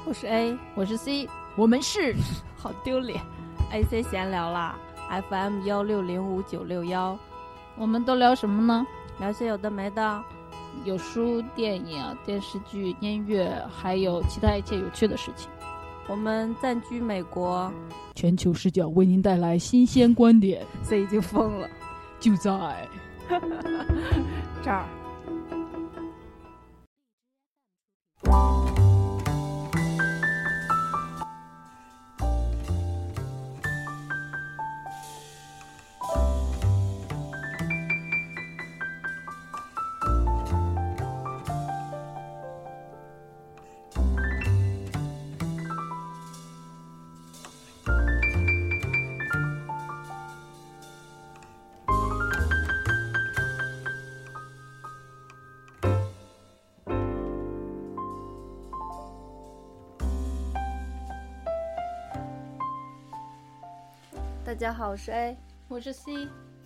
我是 A， 我是 C， 我们是好丢脸 AC 闲聊啦 FM 1605961。 我们都聊什么呢？ 聊些有的没的， 有书、电影、电视剧、音乐，还有其他一切有趣的事情。 我们暂居美国， 全球视角为您带来新鲜观点。 C 已经疯了， 就在这儿。大家好，我是 A， 我是 C。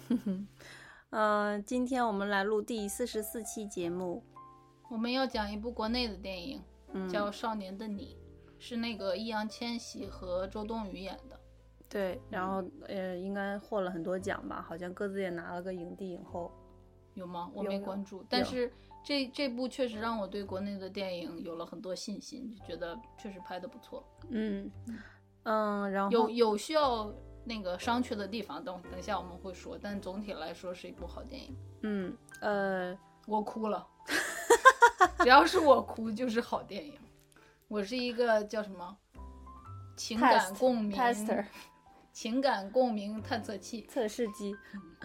今天我们来录第44期节目。 我们要讲一部国内的电影，叫《少年的你》，是那个易烊千玺和周冬雨演的。 对，然后应该获了很多奖吧，好像各自也拿了个影帝影后。 有吗？我没关注，但是这部确实让我对国内的电影有了很多信心，就觉得确实拍得不错。 然后有需要那个商榷的地方，等一下我们会说，但总体来说是一部好电影。 我哭了，只要是我哭就是好电影。我是一个叫什么情感共鸣 tester， 情感共鸣探测器测试机。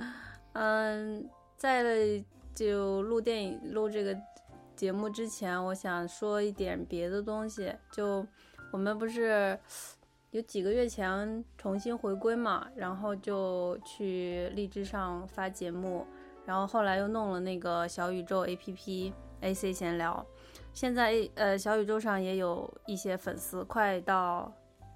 在就录这个节目之前，我想说一点别的东西。就我们不是有几个月前重新回归嘛，然后就去荔枝上发节目，然后后来又弄了那个小宇宙 APP AC 闲聊。现在小宇宙上也有一些粉丝，快到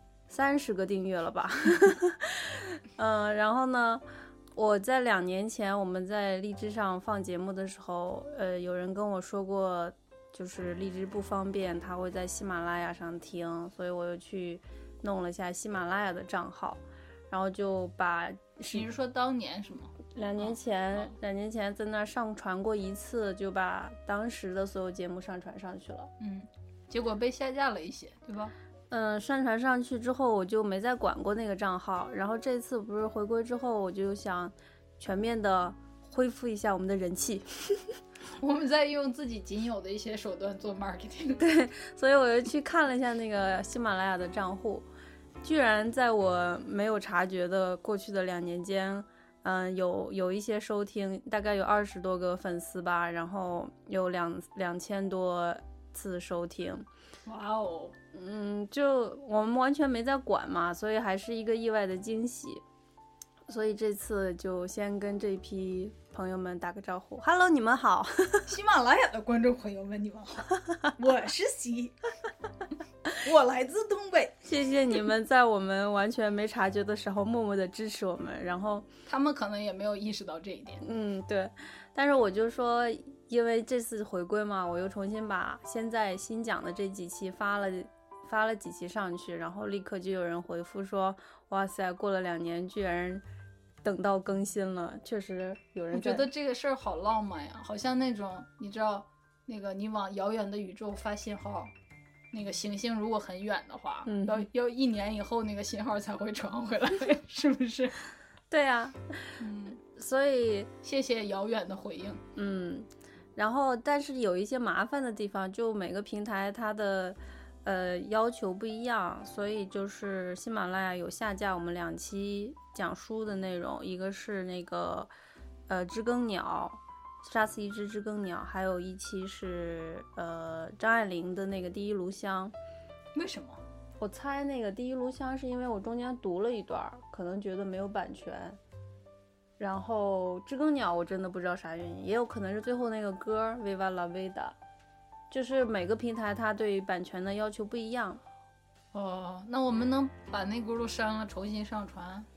30个订阅了吧。然后呢，我在2年前我们在荔枝上放节目的时候，有人跟我说过，就是荔枝不方便，他会在喜马拉雅上听，所以我又去弄了一下喜马拉雅的账号，然后就把你是说当年是吗 ？2年前在那儿上传过一次，就把当时的所有节目上传上去了。 结果被下架了一些，对吧？ 上传上去之后，我就没再管过那个账号。然后这次不是回归之后，我就想全面的恢复一下我们的人气。 我们在用自己仅有的一些手段做 marketing。 对，所以我就去看了一下那个喜马拉雅的账户，居然在我没有察觉的过去的2年间，有一些收听，大概有20多个粉丝吧，然后有2000多次收听。 哇哦！ 就我们完全没在管嘛，所以还是一个意外的惊喜。所以这次就先跟这批朋友们打个招呼 ，Hello， 你们好。 喜马拉雅的观众朋友们，你们好，我是西，我来自东北。 谢谢你们在我们完全没察觉的时候默默的支持我们，然后他们可能也没有意识到这一点。 对。但是我就说，因为这次回归嘛，我又重新把现在新讲的这几期发了几期上去，然后立刻就有人回复说，哇塞，过了2年居然等到更新了。确实有人。 我觉得这个事儿好浪漫呀，好像那种你知道那个你往遥远的宇宙发信号，那个行星如果很远的话，要1年以后那个信号才会传回来，是不是？ 对啊。所以谢谢遥远的回应。 然后但是有一些麻烦的地方，就每个平台它的要求不一样，所以就是喜马拉雅有下架我们2期讲书的内容，一个是那个知更鸟，杀死一只知更鸟，还有一期是张爱玲的那个第一炉香。 为什么？ 我猜那个第一炉香是因为我中间读了一段，可能觉得没有版权。然后知更鸟我真的不知道啥原因，也有可能是最后那个歌 Viva la vida， 就是每个平台它对于版权的要求不一样。 那我们能把那轱辘删了重新上传？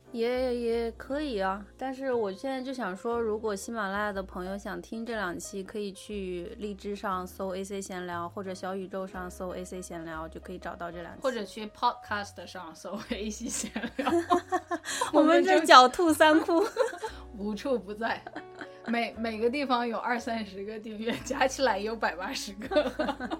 也可以啊，但是我现在就想说，如果喜马拉雅的朋友想听这2期，可以去荔枝上搜 AC 闲聊，或者小宇宙上搜 AC 闲聊，就可以找到这2期。 或者去 Podcast 上搜 AC 闲聊。 我们这狡兔3窟， 无处不在，每个地方有20-30个订阅，加起来有180个。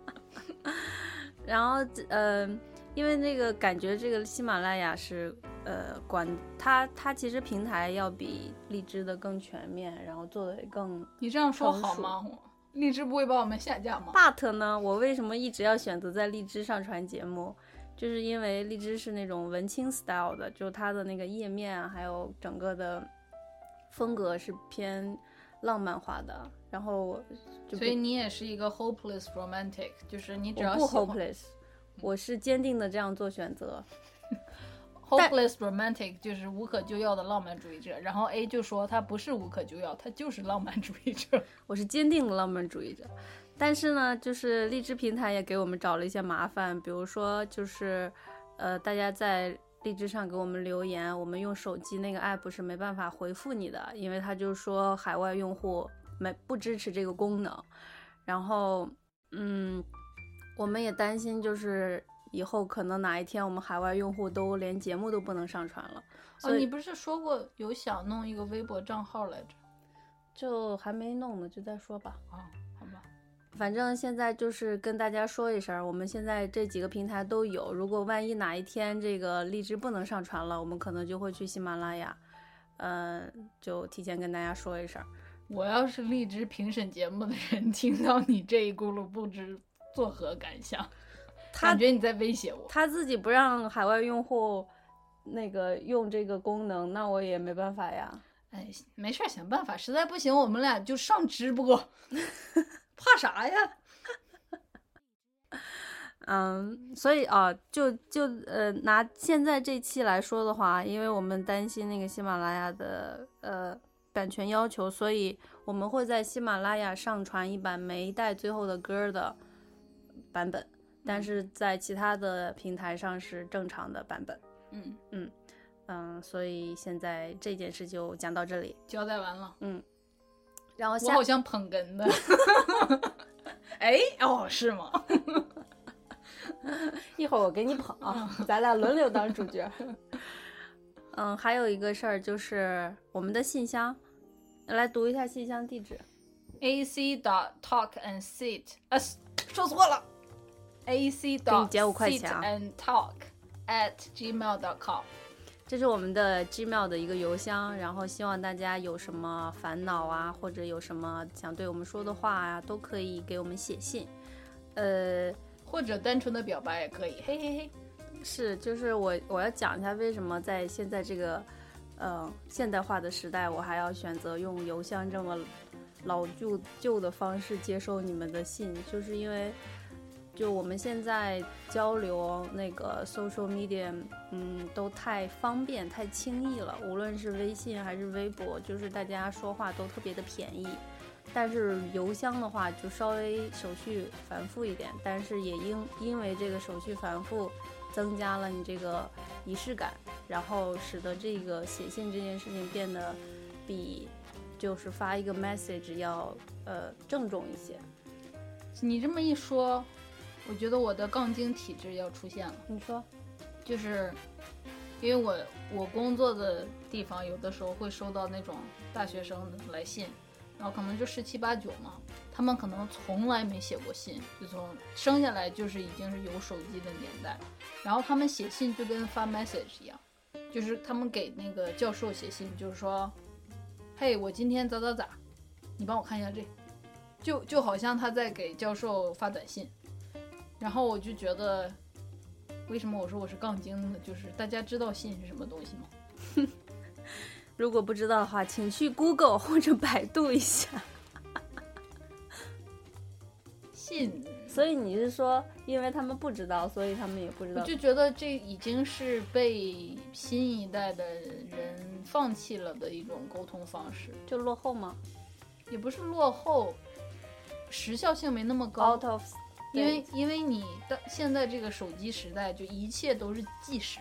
然后因为那个感觉这个喜马拉雅是管它其实平台要比荔枝的更全面，然后做的更。 你这样说好吗？荔枝不会把我们下架吗 ？But 呢，我为什么一直要选择在荔枝上传节目？就是因为荔枝是那种文青 style 的，就它的那个页面啊，还有整个的风格是偏浪漫化的。然后所以你也是一个 hopeless romantic， 就是你只要我不 hopeless， 我是坚定的这样做选择。 hopeless romantic 就是无可救药的浪漫主义者，然后 A 就说他不是无可救药，他就是浪漫主义者。 我是坚定的浪漫主义者，但是呢，就是荔枝平台也给我们找了一些麻烦，比如说就是大家在荔枝上给我们留言，我们用手机那个 app 是没办法回复你的，因为他就说海外用户不支持这个功能。然后我们也担心就是以后可能哪一天我们海外用户都连节目都不能上传了。 你不是说过有想弄一个微博账号来着？ 就还没弄呢，就再说吧。 好吧。 反正现在就是跟大家说一声，我们现在这几个平台都有，如果万一哪一天这个荔枝不能上传了，我们可能就会去喜马拉雅，就提前跟大家说一声。 我要是荔枝评审节目的人，听到你这一轱辘不知作何感想？感觉你在威胁我。 他自己不让海外用户那个用这个功能，那我也没办法呀。 哎，没事，想办法，实在不行我们俩就上直播，怕啥呀？ 所以拿现在这期来说的话，因为我们担心那个喜马拉雅的版权要求，所以我们会在喜马拉雅上传一版没带最后的歌的版本，但是在其他的平台上是正常的版本。所以现在这件事就讲到这里， 交代完了。 然后我好像捧哏的。哎，是吗？ 一会儿我给你捧啊，咱俩轮流当主角。还有一个事儿就是我们的信箱，来读一下信箱地址 ac.talkandsit 说错了 ac.sitandtalk@gmail.com， 这是我们的 Gmail 的一个邮箱，然后希望大家有什么烦恼啊，或者有什么想对我们说的话啊，都可以给我们写信， 或者单纯的表白也可以，嘿嘿嘿。 是，就是我要讲一下为什么在现在这个现代化的时代，我还要选择用邮箱这么老旧的方式接收你们的信，就是因为就我们现在交流那个 social media 都太方便太轻易了，无论是微信还是微博，就是大家说话都特别的便宜。但是邮箱的话就稍微手续繁复一点，但是也因为这个手续繁复增加了你这个仪式感，然后使得这个写信这件事情变得比就是发一个 message 要郑重一些。 你这么一说，我觉得我的杠精体质要出现了。 你说， 就是因为我工作的地方有的时候会收到那种大学生的来信，然后可能就17、18、9嘛，他们可能从来没写过信，就从生下来就是已经是有手机的年代，然后他们写信就跟发 message 一样，就是他们给那个教授写信，就是说，嘿，我今天咋，你帮我看一下这，就好像他在给教授发短信。然后我就觉得，为什么我说我是杠精呢？就是大家知道信是什么东西吗？ 如果不知道的话，请去 Google 或者百度一下。 信， 所以你是说，因为他们不知道，所以他们也不知道？ 我就觉得这已经是被新一代的人放弃了的一种沟通方式。 就落后吗？ 也不是落后，时效性没那么高。 Out of， 因为你的现在这个手机时代，就一切都是即时的。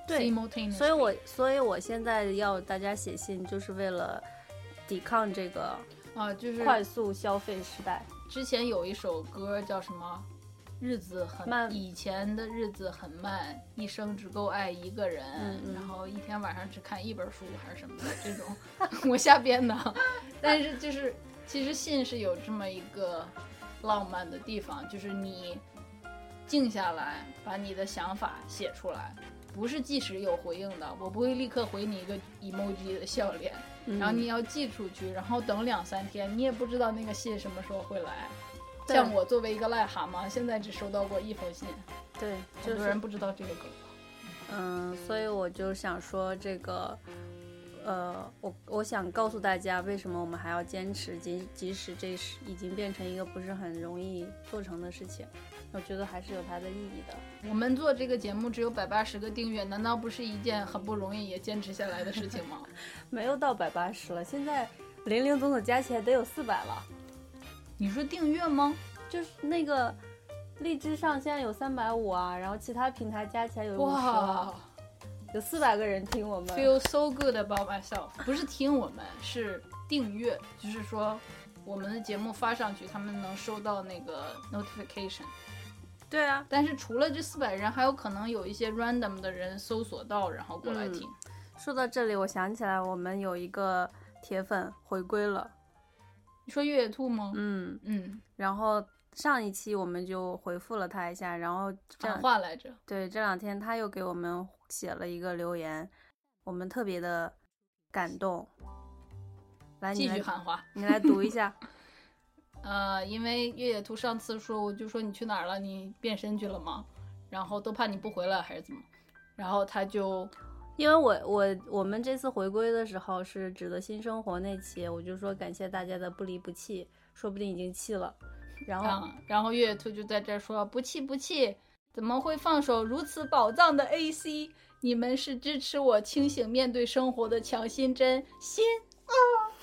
对 simultaneously。 所以我现在要大家写信，就是为了抵抗这个就是快速消费时代。 之前有一首歌叫什么？日子很慢，以前的日子很慢，一生只够爱一个人，然后一天晚上只看一本书还是什么的这种，我瞎编的。但是就是其实信是有这么一个浪漫的地方，就是你静下来把你的想法写出来，不是即时有回应的，我不会立刻回你一个 emoji 的笑脸，然后你要寄出去，然后等2-3天，你也不知道那个信什么时候会来。像我作为一个癞蛤蟆，现在只收到过1封信。 对， 很多人不知道这个梗。 所以我就想说这个，我想告诉大家，为什么我们还要坚持，即使这是已经变成一个不是很容易做成的事情，我觉得还是有它的意义的。 我们做这个节目只有180个订阅，难道不是一件很不容易也坚持下来的事情吗？ 没有到180了，现在零总加起来得有400了。 你说订阅吗？ 就是那个荔枝上现在有350啊，然后其他平台加起来有50 哇， 有400个人听我们。 Feel so good about myself， 不是听我们，是订阅，就是说我们的节目发上去，他们能收到那个 notification。 对啊， 但是除了这400人，还有可能有一些 random 的人搜索到，然后过来听。 说到这里，我想起来我们有一个铁粉回归了。 你说越野兔吗？ 然后上一期我们就回复了他一下，然后喊话来着。 对，这2天他又给我们写了一个留言，我们特别的感动。来， 继续喊话， 你来读一下。 因为越野兔上次说，我就说你去哪儿了？你变身去了吗？然后都怕你不回来还是怎么？然后他就。 因为我们这次回归的时候是指的新生活那期，我就说感谢大家的不离不弃，说不定已经弃了。 然后越野兔就在这说不弃，怎么会放手如此宝藏的 AC？ 你们是支持我清醒面对生活的强心针，心啊，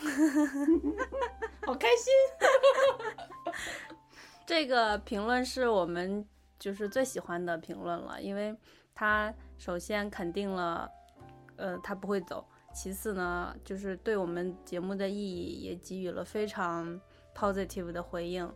好开心。 这个评论是我们就是最喜欢的评论了，因为他首先肯定了他不会走，其次呢就是对我们节目的意义也给予了非常 positive 的回应。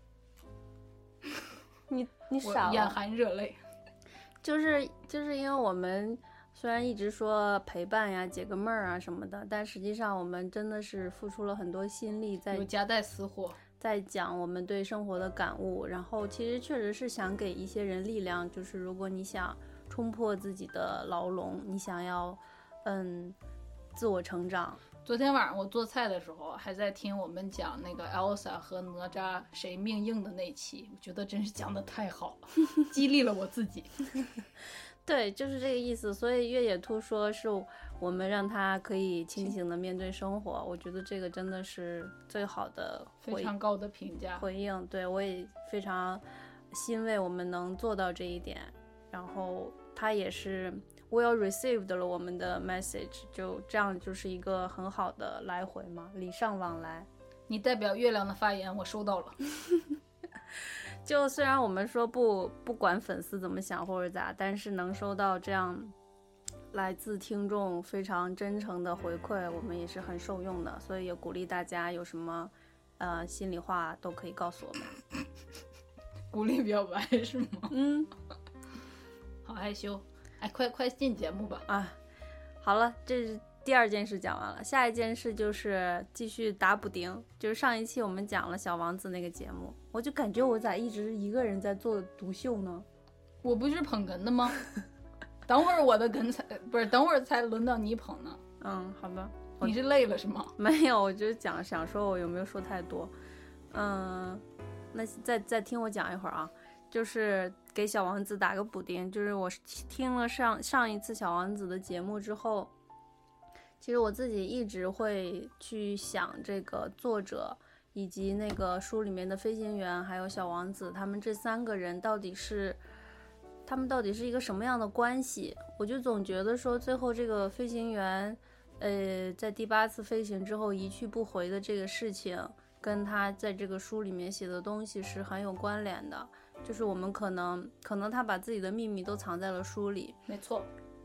你傻了， 我眼含热泪。 就是因为我们虽然一直说陪伴呀解个闷儿啊什么的，但实际上我们真的是付出了很多心力， 有夹带私货， 在讲我们对生活的感悟，然后其实确实是想给一些人力量，就是如果你想冲破自己的牢笼，你想要自我成长。 昨天晚上我做菜的时候还在听我们讲那个 Elsa 和哪吒谁命硬的那期，我觉得真是讲得太好了，激励了我自己。 对，就是这个意思。所以越野兔说是我们让他可以清醒的面对生活，我觉得这个真的是最好的非常高的评价回应。对，我也非常欣慰我们能做到这一点，然后他也是well received 了我们的 message， 就这样就是一个很好的来回嘛，礼尚往来。 你代表月亮的发言我收到了。 就虽然我们说不管粉丝怎么想或者咋，但是能收到这样来自听众非常真诚的回馈，我们也是很受用的，所以也鼓励大家有什么心里话都可以告诉我们。 鼓励表白是吗？好害羞。哎，快进节目吧！ 啊，好了，这是第2件事讲完了，下一件事就是继续打补丁。就是上一期我们讲了小王子那个节目，我就感觉我咋一直一个人在做独秀呢？ 我不是捧哏的吗？等会儿我的哏才不是，等会儿才轮到你捧呢。 好吧。 你是累了是吗？ 没有，我就想说我有没有说太多。那再听我讲一会儿啊。就是给小王子打个补丁，就是我听了上一次小王子的节目之后，其实我自己一直会去想这个作者以及那个书里面的飞行员还有小王子，他们这3个人到底是一个什么样的关系。我就总觉得说最后这个飞行员在第8次飞行之后一去不回的这个事情跟他在这个书里面写的东西是很有关联的，就是我们可能他把自己的秘密都藏在了书里。 没错。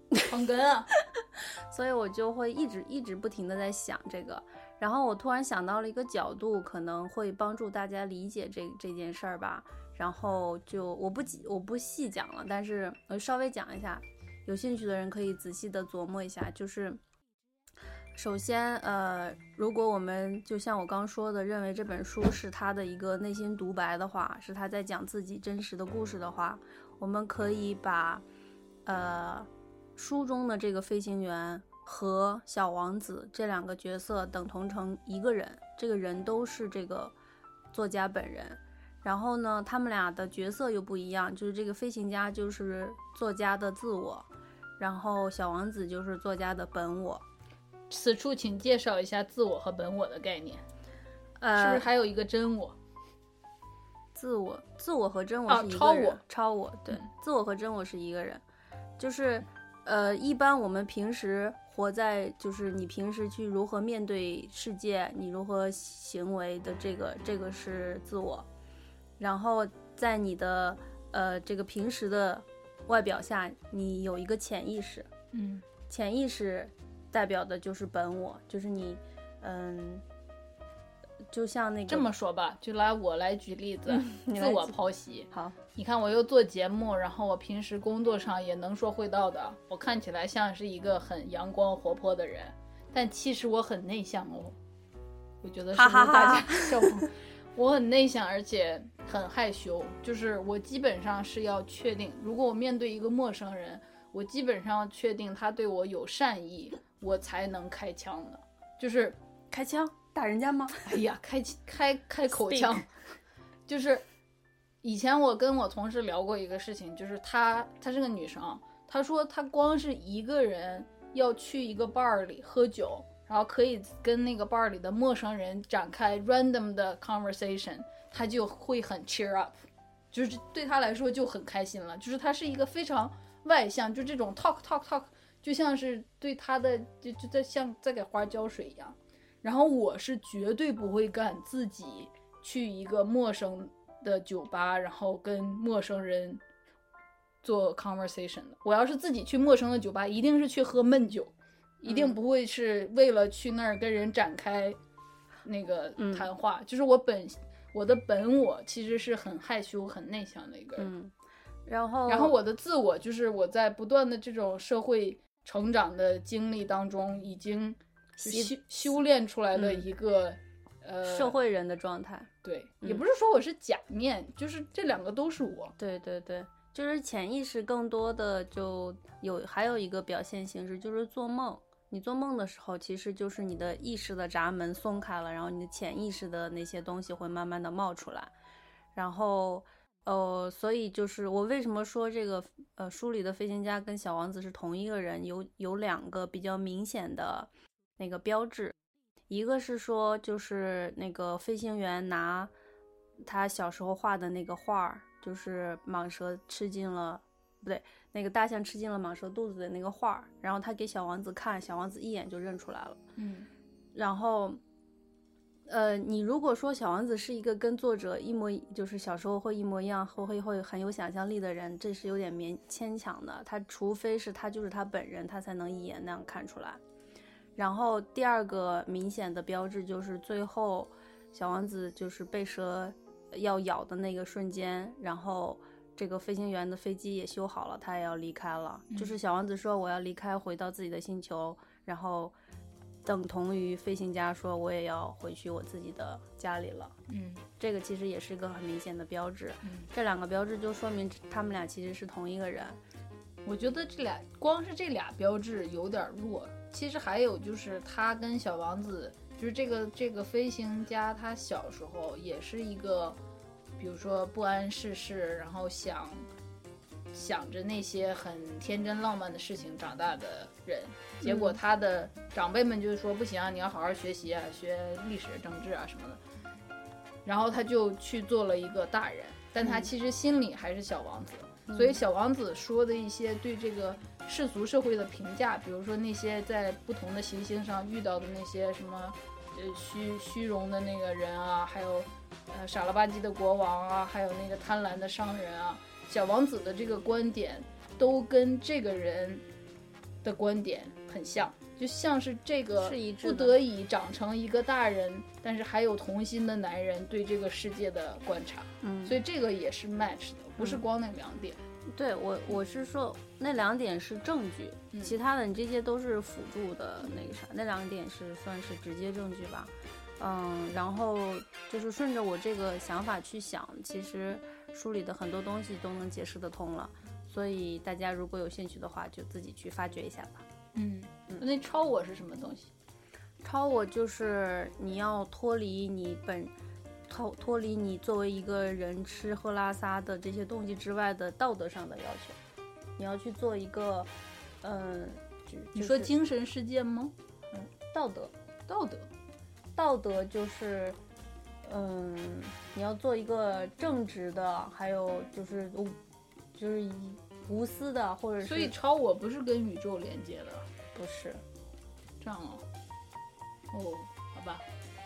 捧哏啊。 所以我就会一直不停的在想这个，然后我突然想到了一个角度，可能会帮助大家理解这件事儿吧。然后就我不细讲了，但是我稍微讲一下，有兴趣的人可以仔细的琢磨一下。就是首先如果我们就像我刚说的，认为这本书是他的一个内心独白的话，是他在讲自己真实的故事的话，我们可以把书中的这个飞行员和小王子这两个角色等同成一个人，这个人都是这个作家本人。然后呢，他们俩的角色又不一样，就是这个飞行家就是作家的自我，然后小王子就是作家的本我。 此处请介绍一下自我和本我的概念。是不是还有一个真我？ 自我和真我是一个人，超我对，自我和真我是一个人，就是一般我们平时活在，就是你平时去如何面对世界，你如何行为的这个是自我。然后在你的这个平时的外表下，你有一个潜意识，潜意识代表的就是本我，就是你就像那个这么说吧，就我来举例子，自我剖析。 好， 你看我又做节目，然后我平时工作上也能说会道的，我看起来像是一个很阳光活泼的人，但其实我很内向哦。我觉得是不是大家笑话？我很内向，而且很害羞，就是我基本上是要确定，如果我面对一个陌生人，我基本上要确定他对我有善意，我才能开枪的。就是开枪打人家吗？ 哎呀，开口枪。就是以前我跟我同事聊过一个事情，就是她是个女生，她说她光是一个人要去一个 bar 里喝酒，然后可以跟那个 bar 里的陌生人展开 random 的 conversation， 她就会很 cheer up， 就是对她来说就很开心了。就是她是一个非常外向，就这种 talk， 就像是对她的就在像在给花浇水一样。然后我是绝对不会敢自己去一个陌生的酒吧，然后跟陌生人做 conversation 的。我要是自己去陌生的酒吧，一定是去喝闷酒，一定不会是为了去那儿跟人展开那个谈话。就是我的本我其实是很害羞很内向的一个人。 然后我的自我就是我在不断的这种社会成长的经历当中已经修炼出来的一个社会人的状态。 对，也不是说我是假面，就是这两个都是我。 对，就是潜意识更多的就还有一个表现形式就是做梦。你做梦的时候，其实就是你的意识的闸门松开了，然后你的潜意识的那些东西会慢慢的冒出来。然后所以就是我为什么说这个书里的飞行家跟小王子是同一个人，有两个比较明显的那个标志。一个是说就是那个飞行员拿他小时候画的那个画，就是蟒蛇吃进了不对那个大象吃进了蟒蛇肚子的那个画，然后他给小王子看，小王子一眼就认出来了。然后你如果说小王子是一个跟作者就是小时候会一模一样，会很有想象力的人，这是有点牵强的。他除非是他就是他本人，他才能一眼那样看出来。然后第二个明显的标志就是最后小王子就是被蛇要咬的那个瞬间，然后这个飞行员的飞机也修好了，他也要离开了。就是小王子说我要离开，回到自己的星球，然后等同于飞行家说我也要回去我自己的家里了。这个其实也是一个很明显的标志。这两个标志就说明他们俩其实是同一个人。 我觉得光是这俩标志有点弱。其实还有就是他跟小王子，就是这个飞行家，他小时候也是一个比如说不谙世事，然后想着那些很天真浪漫的事情长大的人，结果他的长辈们就说不行啊，你要好好学习啊，学历史政治啊什么的，然后他就去做了一个大人，但他其实心里还是小王子。所以小王子说的一些对这个世俗社会的评价，比如说那些在不同的行星上遇到的那些什么虚荣的那个人啊，还有傻了吧唧的国王啊，还有那个贪婪的商人啊，小王子的这个观点都跟这个人的观点很像，就像是这个是一致的不得已长成一个大人，但是还有童心的男人对这个世界的观察。所以这个也是 match 的，不是光那2点。 对，我是说那2点是证据，其他的你这些都是辅助的那个啥，那2点是算是直接证据吧。然后就是顺着我这个想法去想，其实书里的很多东西都能解释得通了，所以大家如果有兴趣的话，就自己去发掘一下吧。 那超我是什么东西？ 超我就是你要脱离你作为一个人吃喝拉撒的这些东西之外的道德上的要求，你要去做一个你说精神世界吗？ 道德就是你要做一个正直的，还有就是无私的，或者是所以超我不是跟宇宙连接的， 不是这样好吧。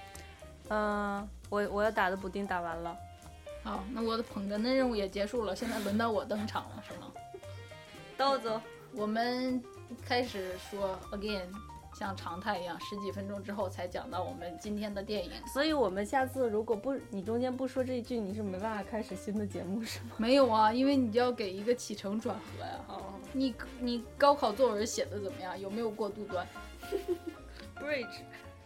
我要打的补丁打完了。 好，那我的捧哏的任务也结束了，现在轮到我登场了，是吗？ 豆子， 我们开始说 again， 像常态一样，10几分钟之后才讲到我们今天的电影。 所以我们下次如果你中间不说这一句，你是没办法开始新的节目是吗？ 没有啊，因为你就要给一个起承转合呀。你高考作文写的怎么样？有没有过渡段 ？Bridge。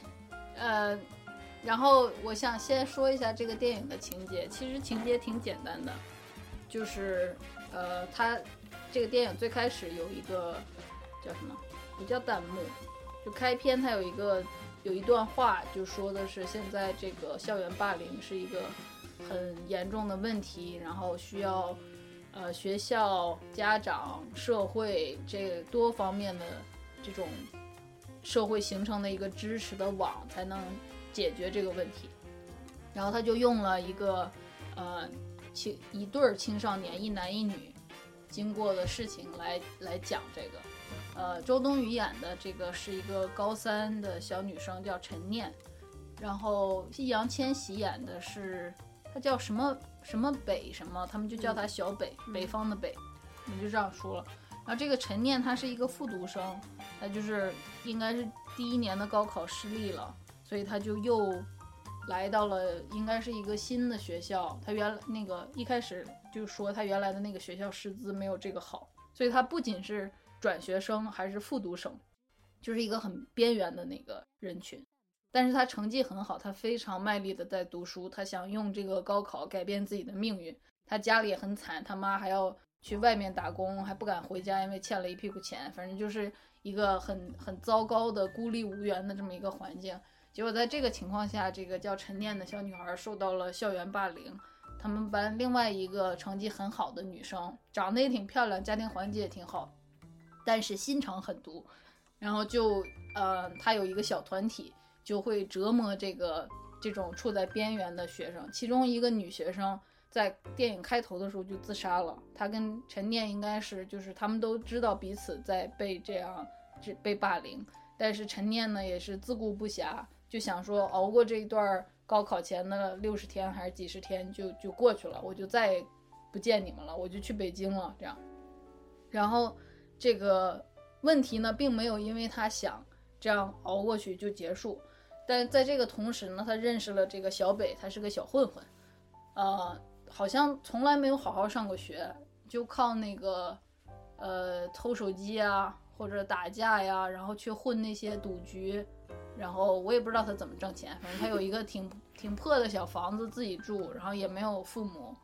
然后我想先说一下这个电影的情节，其实情节挺简单的，就是它这个电影最开始有一个叫什么？不叫弹幕，就开篇它有一段话，就说的是现在这个校园霸凌是一个很严重的问题，然后需要学校、家长、社会这多方面的这种社会形成的一个支持的网才能解决这个问题。然后他就用了一个一对青少年，一男一女经过的事情来讲这个。周冬雨演的这个是一个高3的小女生，叫陈念。然后易烊千玺演的是她叫什么什么北什么，他们就叫她小北，北方的北，我们就这样说了。然后这个陈念她是一个复读生，她就是应该是第1年的高考失利了，所以她就又来到了应该是一个新的学校。她原来那个一开始就说她原来的那个学校师资没有这个好，所以她不仅是转学生还是复读生，就是一个很边缘的那个人群。但是他成绩很好，他非常卖力的在读书，他想用这个高考改变自己的命运。他家里也很惨，他妈还要去外面打工，还不敢回家，因为欠了一屁股钱。反正就是一个很糟糕的孤立无援的这么一个环境。结果在这个情况下，这个叫陈念的小女孩受到了校园霸凌。他们班另外一个成绩很好的女生，长得也挺漂亮，家庭环境也挺好，但是心肠很毒。然后就她有一个小团体，就会折磨这种处在边缘的学生。其中一个女学生在电影开头的时候就自杀了。她跟陈念应该是就是他们都知道彼此在被霸凌，但是陈念呢也是自顾不暇，就想说熬过这一段高考前的60天还是几十天就过去了，我就再也不见你们了，我就去北京了这样。然后这个问题呢并没有因为他想这样熬过去就结束，但在这个同时呢，他认识了这个小北，他是个小混混，好像从来没有好好上过学，就靠那个偷手机啊或者打架呀，然后去混那些赌局。然后我也不知道他怎么挣钱，反正他有一个挺破的小房子自己住，然后也没有父母，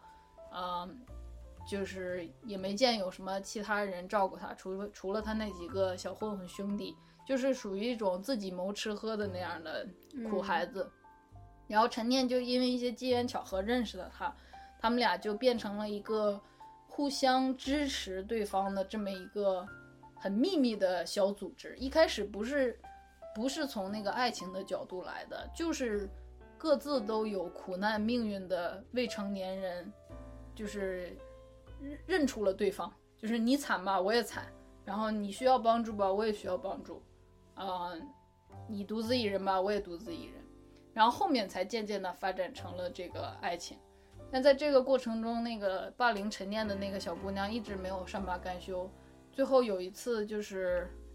就是也没见有什么其他人照顾他，除了他那几个小混混兄弟，就是属于一种自己谋吃喝的那样的苦孩子。然后陈念就因为一些机缘巧合认识了他们俩就变成了一个互相支持对方的这么一个很秘密的小组织。一开始不是从那个爱情的角度来的，就是各自都有苦难命运的未成年人，就是认出了对方，就是你惨吧我也惨，然后你需要帮助吧我也需要帮助，你独自一人吧我也独自一人，然后后面才渐渐的发展成了这个爱情。但在这个过程中，那个霸凌陈念的那个小姑娘一直没有善罢甘休。最后有一次就是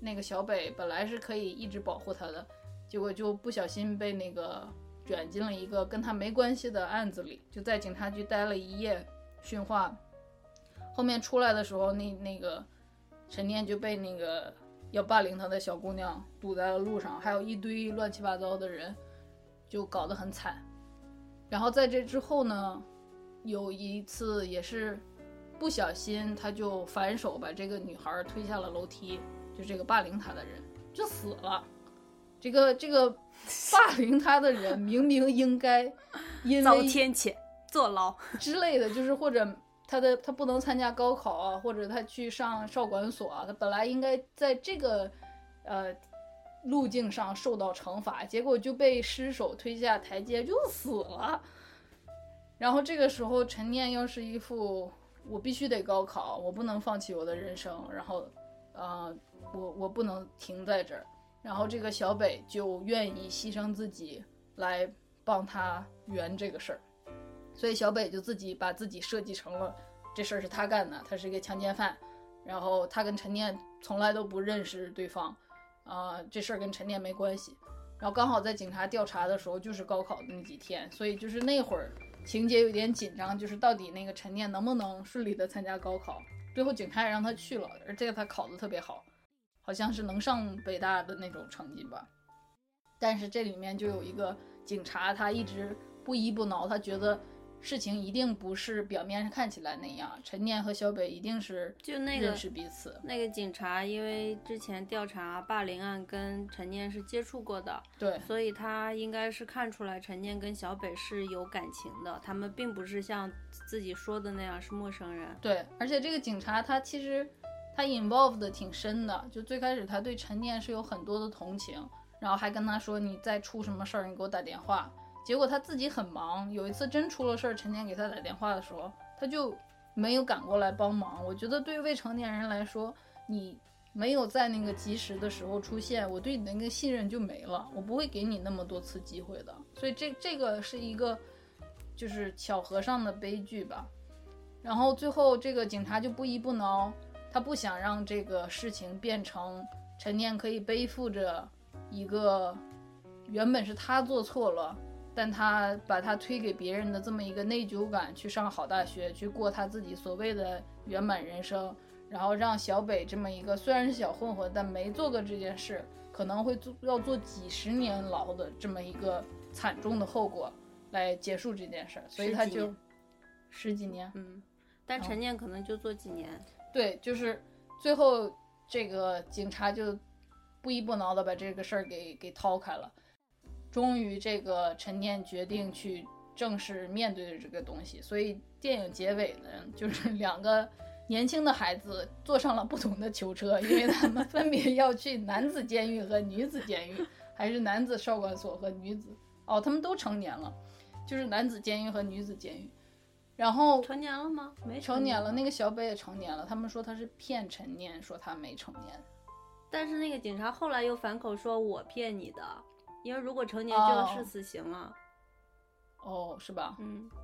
那个小北本来是可以一直保护他的，结果就不小心被那个卷进了一个跟他没关系的案子里，就在警察局待了1夜训话。后面出来的时候，那个陈念就被那个要霸凌他的小姑娘堵在了路上，还有一堆乱七八糟的人，就搞得很惨。然后在这之后呢，有一次也是不小心，他就反手把这个女孩推下了楼梯，就这个霸凌他的人就死了。这个霸凌他的人明明应该因为遭天谴坐牢之类的，就是或者他不能参加高考啊，或者他去上少管所啊，他本来应该在这个路径上受到惩罚，结果就被失手推下台阶就死了。然后这个时候陈念又是一副我必须得高考，我不能放弃我的人生，然后我不能停在这儿。然后这个小北就愿意牺牲自己来帮他圆这个事儿，所以小北就自己把自己设计成了这事儿是他干的，他是一个强奸犯，然后他跟陈念从来都不认识对方，这事儿跟陈念没关系。然后刚好在警察调查的时候就是高考的那几天，所以就是那会儿情节有点紧张，就是到底那个陈念能不能顺利的参加高考。最后警察也让他去了，而这个他考得特别好，好像是能上北大的那种成绩吧。但是这里面就有一个警察，他一直不依不挠，他觉得事情一定不是表面上看起来那样，陈念和小北一定是认识彼此。 那个警察因为之前调查霸凌案跟陈念是接触过的， 对， 所以他应该是看出来陈念跟小北是有感情的，他们并不是像自己说的那样是陌生人。 对，而且这个警察他其实他 involved 的挺深的，就最开始他对陈念是有很多的同情，然后还跟他说你再出什么事儿你给我打电话。结果他自己很忙，有一次真出了事儿，陈念给他打电话的时候，他就没有赶过来帮忙。我觉得对未成年人来说，你没有在那个及时的时候出现，我对你的那个信任就没了，我不会给你那么多次机会的。所以这个是一个就是巧合上的悲剧吧。然后最后这个警察就不依不挠，他不想让这个事情变成陈念可以背负着一个原本是他做错了，但他把他推给别人的这么一个内疚感，去上好大学，去过他自己所谓的圆满人生，然后让小北这么一个虽然是小混混但没做过这件事，可能会要做几十年牢的这么一个惨重的后果来结束这件事，所以他就十几年， 但陈念可能就做几年。 对，就是最后这个警察就不依不挠的把这个事儿给掏开了。终于这个陈念决定去正式面对这个东西，所以电影结尾呢，就是2个年轻的孩子坐上了不同的囚车，因为他们分别要去男子监狱和女子监狱，还是男子少管所和女子他们都成年了，就是男子监狱和女子监狱。然后成年了吗？没成年了，那个小北也成年了，他们说他是骗陈念，说他没成年。 但是那个警察后来又反口说我骗你的，因为如果成年就要是死刑了。 是吧？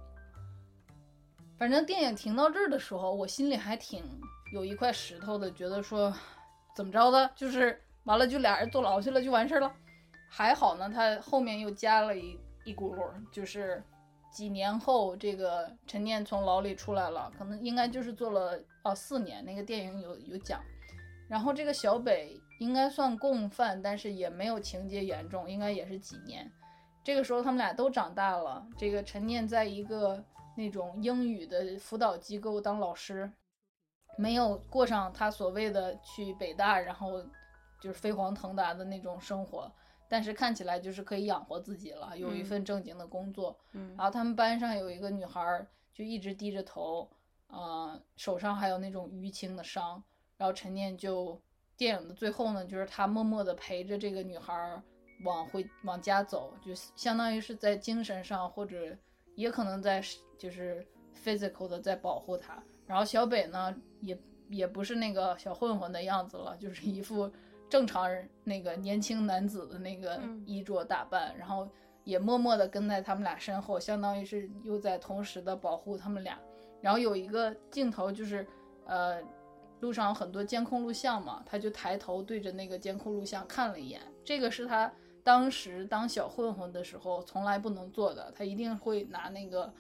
反正电影停到这儿的时候，我心里还挺有一块石头的，觉得说怎么着的，就是完了就俩人坐牢去了就完事了。还好呢，他后面又加了一轱辘，就是几年后这个陈念从牢里出来了，可能应该就是做了4年，那个电影有讲。然后这个小北应该算共犯，但是也没有情节严重，应该也是几年。这个时候他们俩都长大了，这个陈念在一个那种英语的辅导机构当老师，没有过上他所谓的去北大然后就是飞黄腾达的那种生活，但是看起来就是可以养活自己了，有一份正经的工作。然后他们班上有一个女孩就一直低着头，手上还有那种淤青的伤。然后陈念就电影的最后呢，就是他默默地陪着这个女孩往家走，就相当于是在精神上或者也可能在就是 physical 的在保护她。然后小北呢也不是那个小混混的样子了，就是一副正常人那个年轻男子的那个衣着打扮，然后也默默地跟在他们俩身后，相当于是又在同时的保护他们俩。然后有一个镜头就是路上有很多监控录像嘛，他就抬头对着那个监控录像看了一眼，这个是他当时当小混混的时候从来不能做的，他一定会拿那个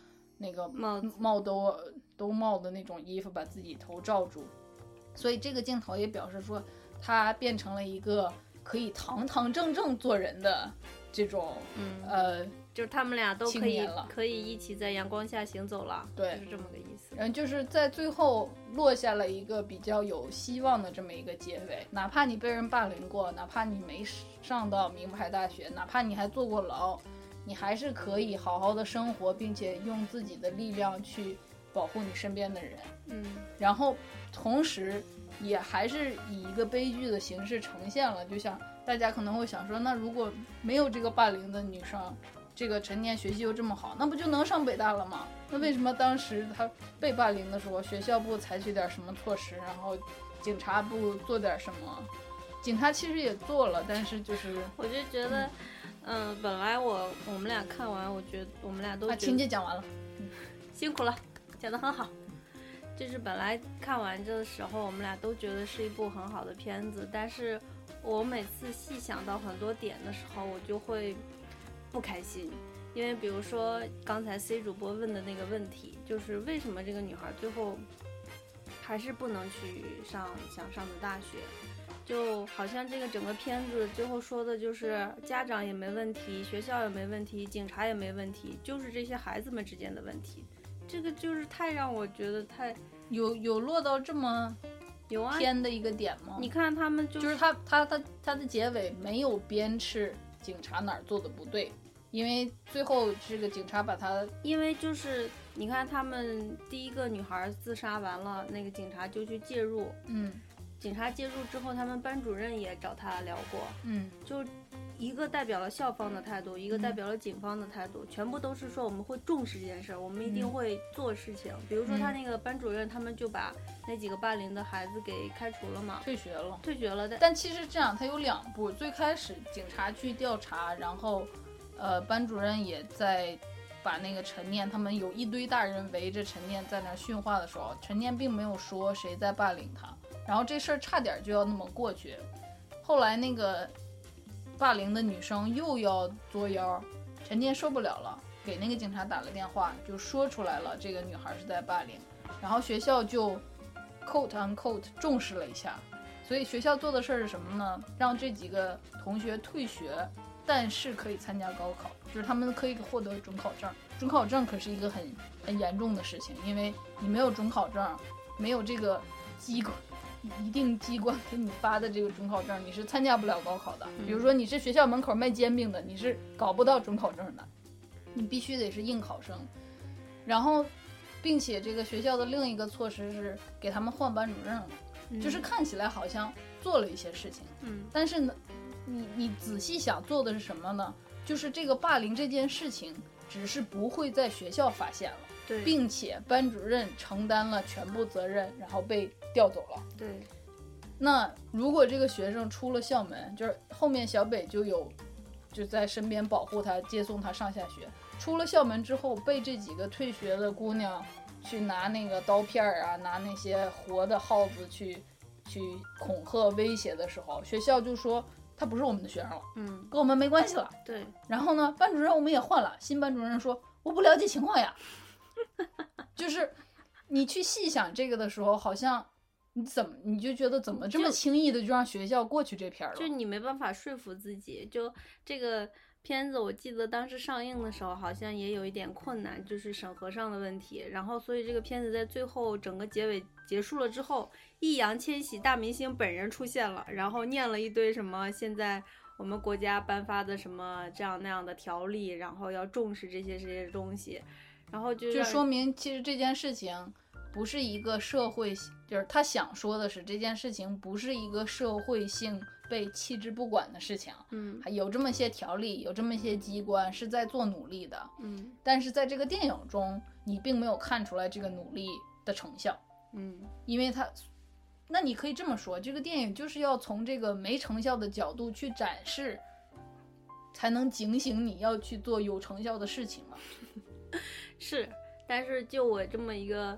兜帽的那种衣服把自己头罩住，所以这个镜头也表示说他变成了一个可以堂堂正正做人的这种就是他们俩都可以一起在阳光下行走了， 对， 就是这么个意思。 就是在最后落下了一个比较有希望的这么一个结尾，哪怕你被人霸凌过，哪怕你没上到名牌大学，哪怕你还坐过牢，你还是可以好好的生活，并且用自己的力量去保护你身边的人。然后同时也还是以一个悲剧的形式呈现了，就像大家可能会想说，那如果没有这个霸凌的女生，这个陈念学习又这么好，那不就能上北大了吗？那为什么当时她被霸凌的时候，学校部采取点什么措施，然后警察部做点什么？警察其实也做了，但是就是我就觉得本来我们俩看完，我觉得我们俩都情节讲完了， 辛苦了，讲得很好。就是本来看完这的时候，我们俩都觉得是一部很好的片子，但是我每次细想到很多点的时候，我就会不开心。因为比如说刚才 C 主播问的那个问题，就是为什么这个女孩最后还是不能去想上的大学，就好像这个整个片子最后说的就是家长也没问题，学校也没问题，警察也没问题，就是这些孩子们之间的问题。这个就是太让我觉得太有落到这么偏的一个点吗？ 你看他们就是他的结尾没有鞭笞警察哪儿做的不对，因为最后这个警察把他， 因为就是你看他们第一个女孩自杀完了，那个警察就去介入，警察介入之后，他们班主任也找他聊过，就一个代表了校方的态度，一个代表了警方的态度，全部都是说我们会重视这件事，我们一定会做事情。比如说他那个班主任，他们就把那几个霸凌的孩子给开除了嘛， 退学了。但其实这样，他有两步，最开始警察去调查，然后班主任也在把那个陈念他们有一堆大人围着陈念在那训话的时候，陈念并没有说谁在霸凌他，然后这事儿差点就要那么过去。后来那个霸凌的女生又要作妖，陈念受不了了，给那个警察打了电话，就说出来了这个女孩是在霸凌，然后学校就 quote unquote 重视了一下。所以学校做的事儿是什么呢？让这几个同学退学，但是可以参加高考，就是他们可以获得准考证。准考证可是一个很严重的事情，因为你没有准考证，没有这个一定机关给你发的这个准考证，你是参加不了高考的。比如说你是学校门口卖煎饼的，你是搞不到准考证的，你必须得是应考生。然后并且这个学校的另一个措施是给他们换班主任了，就是看起来好像做了一些事情，但是呢你仔细想做的是什么呢？就是这个霸凌这件事情只是不会在学校发现了， 对， 并且班主任承担了全部责任，然后被调走了。 对， 那如果这个学生出了校门，就是后面小北就在身边保护他，接送他上下学。出了校门之后，被这几个退学的姑娘去拿那个刀片啊，拿那些活的耗子去恐吓威胁的时候，学校就说他不是我们的学生了，跟我们没关系了。 对。 然后呢，班主任我们也换了，新班主任说我不了解情况呀。就是你去细想这个的时候，好像你就觉得怎么这么轻易的就让学校过去这片了？ 就你没办法说服自己。就这个片子，我记得当时上映的时候好像也有一点困难，就是审核上的问题。然后所以这个片子在最后整个结尾结束了之后，易烊千玺大明星本人出现了，然后念了一堆什么现在我们国家颁发的什么这样那样的条例，然后要重视这些东西，然后就说明其实这件事情不是一个社会，就是他想说的是这件事情不是一个社会性被弃之不管的事情，还有这么些条例，有这么些机关是在做努力的，但是在这个电影中你并没有看出来这个努力的成效，因为那你可以这么说，这个电影就是要从这个没成效的角度去展示，才能警醒你要去做有成效的事情嘛。 是，但是就我这么一个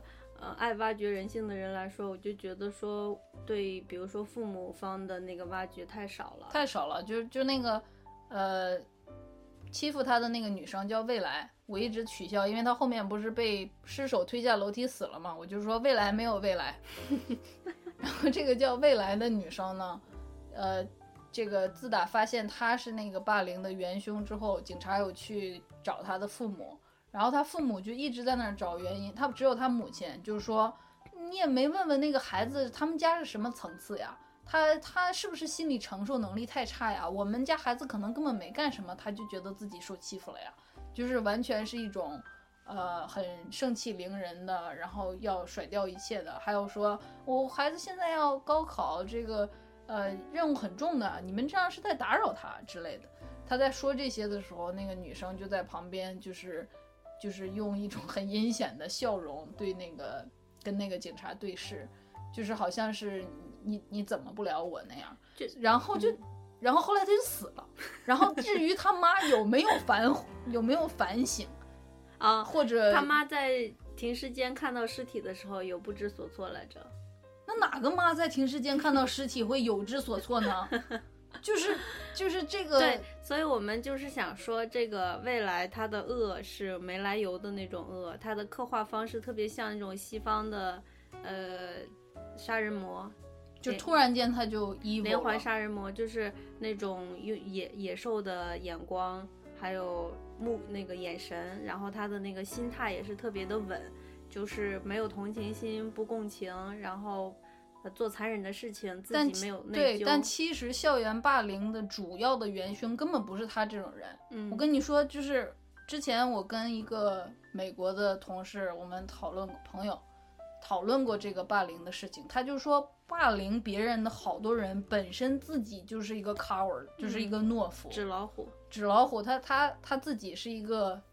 爱挖掘人性的人来说，我就觉得说对，比如说父母方的那个挖掘太少了， 就那个欺负他的那个女生叫未来，我一直取笑，因为他后面不是被失手推下楼梯死了嘛，我就说未来没有未来。然后这个叫未来的女生呢，这个自打发现他是那个霸凌的元凶之后，警察有去找他的父母，然后他父母就一直在那儿找原因，他只有他母亲就是说，你也没问问那个孩子他们家是什么层次呀，他是不是心理承受能力太差呀？我们家孩子可能根本没干什么，他就觉得自己受欺负了呀，就是完全是一种很盛气凌人的，然后要甩掉一切的，还有说我孩子现在要高考，这个任务很重的，你们这样是在打扰他之类的。他在说这些的时候，那个女生就在旁边，就是用一种很阴险的笑容对跟那个警察对视，就是好像是你怎么不了我那样，然后后来他就死了。然后至于他妈有没有反省啊， 或者他妈在停尸间看到尸体的时候有不知所措来着。 那哪个妈在停尸间看到尸体会有知所措呢？就是这个， 对，所以我们就是想说，这个未来他的恶是没来由的那种恶，他的刻画方式特别像那种西方的杀人魔， 就突然间他就连环杀人魔，就是那种野兽的眼光，还有那个眼神，然后他的那个心态也是特别的稳，就是没有同情心，不共情，然后做残忍的事情，自己没有内疚。 对，但其实校园霸凌的主要的元凶根本不是他这种人。我跟你说，就是之前我跟一个美国的同事，我们讨论过这个霸凌的事情，他就说霸凌别人的好多人本身自己就是一个 coward，就是一个懦夫， 纸老虎。 他自己是一个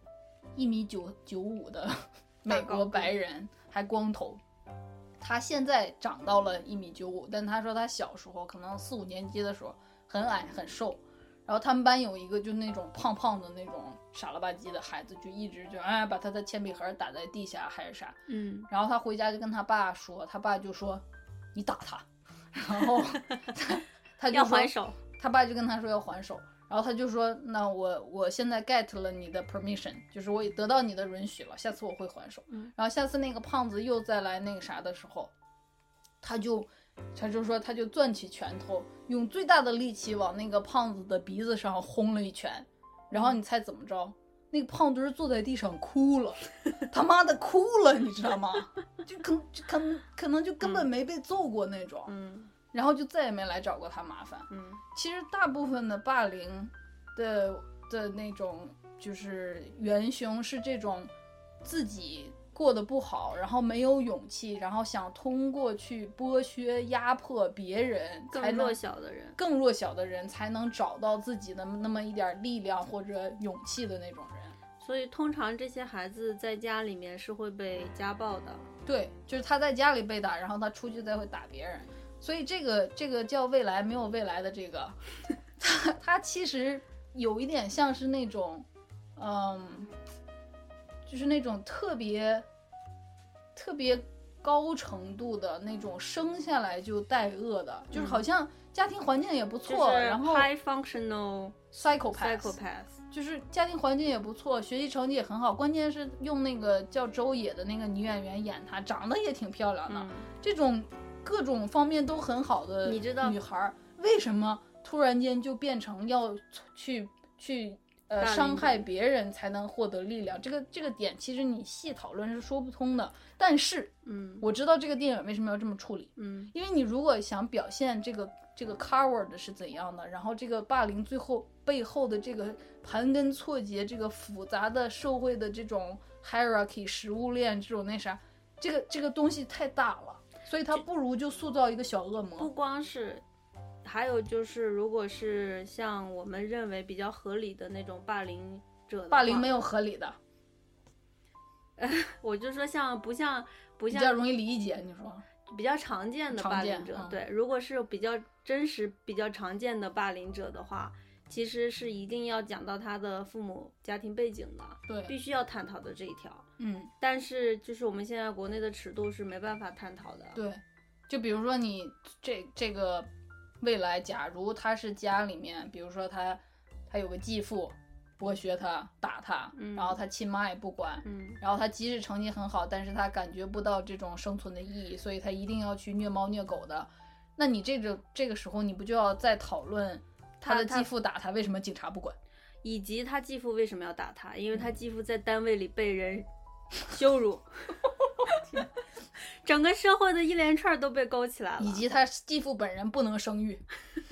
1.95米的美国白人，还光头。他现在长到了1.95米，但他说他小时候可能4、5年级的时候很矮很瘦，然后他们班有一个就那种胖胖的那种傻了吧唧的孩子，就一直就把他的铅笔盒打在地下还是啥，然后他回家就跟他爸说，他爸就说你打他，然后他就要还手， 他爸就跟他说要还手。然后他就说，那我现在 get 了你的 permission， 就是我也得到你的允许了，下次我会还手。然后下次那个胖子又再来那个啥的时候，他就说他就攥起拳头，用最大的力气往那个胖子的鼻子上轰了一拳。然后你猜怎么着？那个胖墩坐在地上哭了，他妈的哭了，你知道吗？就可能就根本没被揍过那种。然后就再也没来找过他麻烦。其实大部分的霸凌的那种就是元凶是这种自己过得不好，然后没有勇气，然后想通过去剥削压迫别人， 更弱小的人才能找到自己的那么一点力量或者勇气的那种人。 所以通常这些孩子在家里面是会被家暴的。 对，就是他在家里被打，然后他出去再会打别人。所以这个叫未来没有未来的这个，他其实有一点像是那种，就是那种特别高程度的那种生下来就带恶的，就是好像家庭环境也不错，然后 high functional psychopath， 就是家庭环境也不错，学习成绩也很好，关键是用那个叫周也的那个女演员演她，长得也挺漂亮的，这种各种方面都很好的女孩，为什么突然间就变成要去伤害别人才能获得力量？这个点其实你细讨论是说不通的。但是，我知道这个电影为什么要这么处理，因为你如果想表现这个 coward 是怎样的，然后这个霸凌最后背后的这个盘根错节，这个复杂的社会的这种 hierarchy 食物链这种那啥，这个东西太大了。所以他不如就塑造一个小恶魔。 不光是，还有就是，如果是像我们认为比较合理的那种霸凌者的话， 霸凌没有合理的。 我就说不像比较容易理解，你说比较常见的霸凌者，对，如果是比较真实、比较常见的霸凌者的话， 其实是一定要讲到他的父母家庭背景的， 对， 必须要探讨的这一条。但是就是我们现在国内的尺度是没办法探讨的。 对，就比如说你这个未来，假如他是家里面，比如说他有个继父剥削他打他，然后他亲妈也不管，然后他即使成绩很好，但是他感觉不到这种生存的意义，所以他一定要去虐猫虐狗的。那你这个时候你不就要再讨论他的继父打他为什么警察不管， 以及他继父为什么要打他？因为他继父在单位里被人羞辱整个社会的一连串都被勾起来了， 以及他继父本人不能生育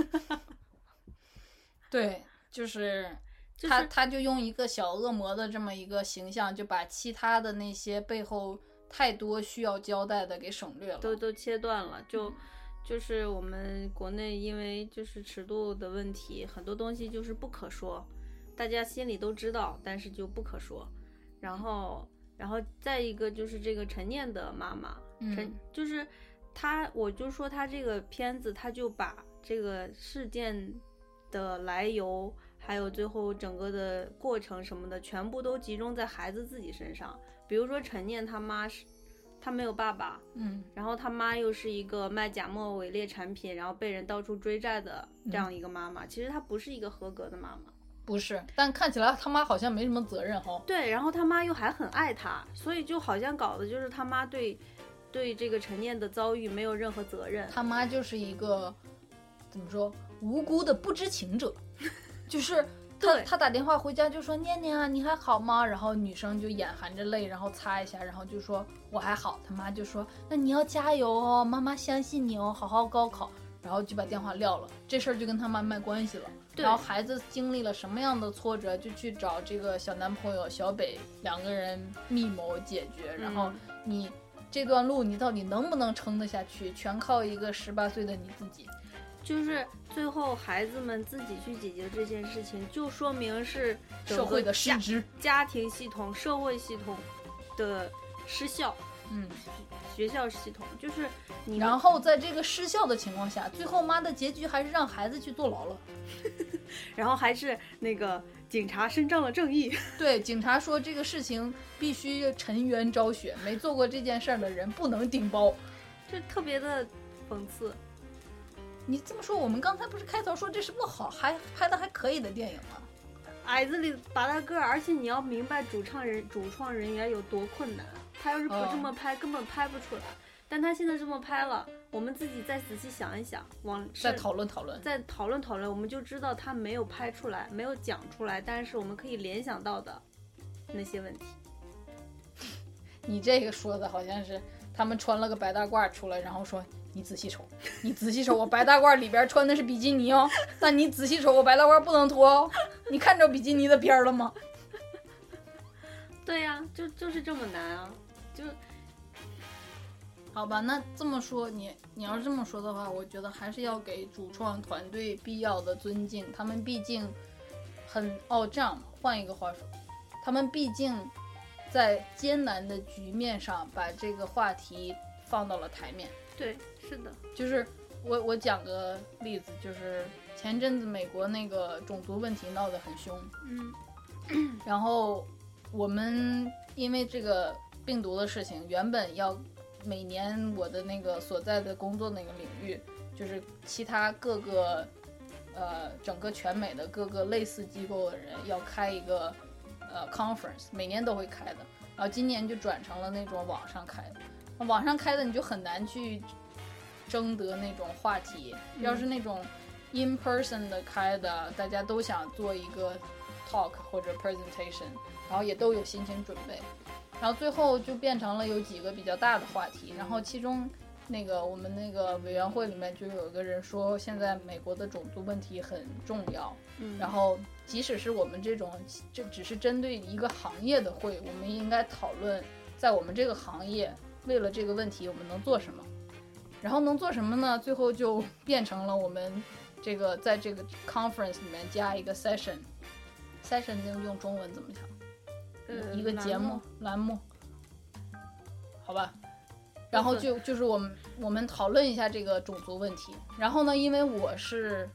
对，就是他就用一个小恶魔的这么一个形象，就把其他的那些背后太多需要交代的给省略了， 都切断了。就是我们国内因为就是尺度的问题，很多东西就是不可说，大家心里都知道，但是就不可说。然后再一个就是这个陈念的妈妈，就是我就说他这个片子，他就把这个事件的来由，还有最后整个的过程什么的，全部都集中在孩子自己身上。比如说陈念他妈他没有爸爸，然后他妈又是一个卖假冒伪劣产品，然后被人到处追债的这样一个妈妈，其实她不是一个合格的妈妈， 不是，但看起来他妈好像没什么责任哈。 对，然后他妈又还很爱他，所以就好像搞的就是他妈对这个陈念的遭遇没有任何责任， 他妈就是一个怎么说无辜的不知情者，就是他打电话回家就说念念啊你还好吗，然后女生就眼含着泪，然后擦一下，然后就说我还好，他妈就说那你要加油哦，妈妈相信你哦，好好高考，然后就把电话撂了，这事儿就跟他妈卖关系了。然后孩子经历了什么样的挫折，就去找这个小男朋友小北，两个人密谋解决，然后你这段路你到底能不能撑得下去，全靠一个18岁的你自己。 就是最后孩子们自己去解决这件事情，就说明是社会的失职， 家庭系统、社会系统的失效，学校系统就是你。 然后在这个失效的情况下，最后妈的结局还是让孩子去坐牢了， 然后还是那个警察伸张了正义。 对，警察说这个事情必须沉冤昭雪，没做过这件事的人不能顶包， 就特别的讽刺。 你这么说，我们刚才不是开头说这是部好还拍的还可以的电影吗？ 矮子里拔大个儿，而且你要明白主创人员有多困难，他要是不这么拍，根本拍不出来。但他现在这么拍了，我们自己再仔细想一想， 再讨论讨论， 再讨论，我们就知道他没有拍出来，没有讲出来，但是我们可以联想到的那些问题。 你这个说的好像是他们穿了个白大褂出来，然后说你仔细瞅，我白大褂里边穿的是比基尼哦，但你仔细瞅，我白大褂不能脱哦，你看着比基尼的边了吗？ 对呀，就是这么难啊，就好吧。那这么说，你要是这么说的话，我觉得还是要给主创团队必要的尊敬，他们毕竟这样换一个话说，他们毕竟在艰难的局面上把这个话题放到了台面。 对，是的， 就是我讲个例子，就是前阵子美国那个种族问题闹得很凶，然后我们因为这个病毒的事情，原本要每年我的那个所在的工作那个领域，就是其他各个整个全美的各个类似机构的人要开一个conference， 每年都会开的，然后今年就转成了那种网上开的。网上开的你就很难去争得那种话题，要是那种 in person 的开的，大家都想做一个 talk 或者 presentation， 然后也都有心情准备，然后最后就变成了有几个比较大的话题，然后其中那个我们那个委员会里面就有一个人说现在美国的种族问题很重要，然后即使是我们这只是针对一个行业的会，我们应该讨论在我们这个行业为了这个问题我们能做什么，然后能做什么呢？最后就变成了我们这个在这个 conference 里面加一个 session 用中文怎么讲？一个节目栏目，好吧。然后就是我们讨论一下这个种族问题。然后呢，因为我是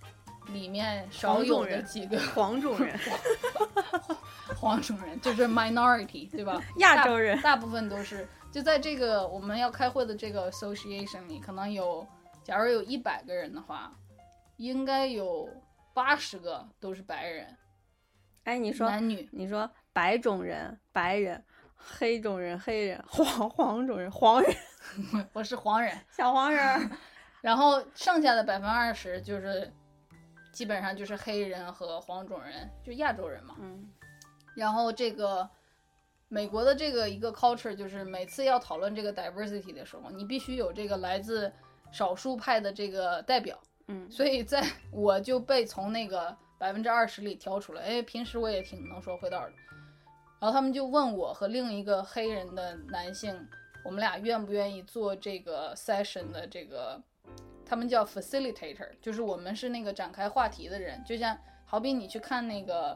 里面少有的几个黄种人黄种人就是 minority 对吧？ 亚洲人大部分都是，就在这个我们要开会的这个 association 里，可能有假如有100个人的话，应该有80个都是白人。 哎，你说男女， 你说白种人白人，黑种人黑人，黄种人黄人我是黄人小黄人然后剩下的20%就是基本上就是黑人和黄种人，就亚洲人嘛。然后这个美国的这个一个 culture 就是每次要讨论这个 diversity 的时候，你必须有这个来自少数派的这个代表。所以我就被从那个20%里挑出来。哎，平时我也挺能说会道的。然后他们就问我和另一个黑人的男性，我们俩愿不愿意做这个 session 的这个，他们叫 facilitator， 就是我们是那个展开话题的人，就像好比你去看那个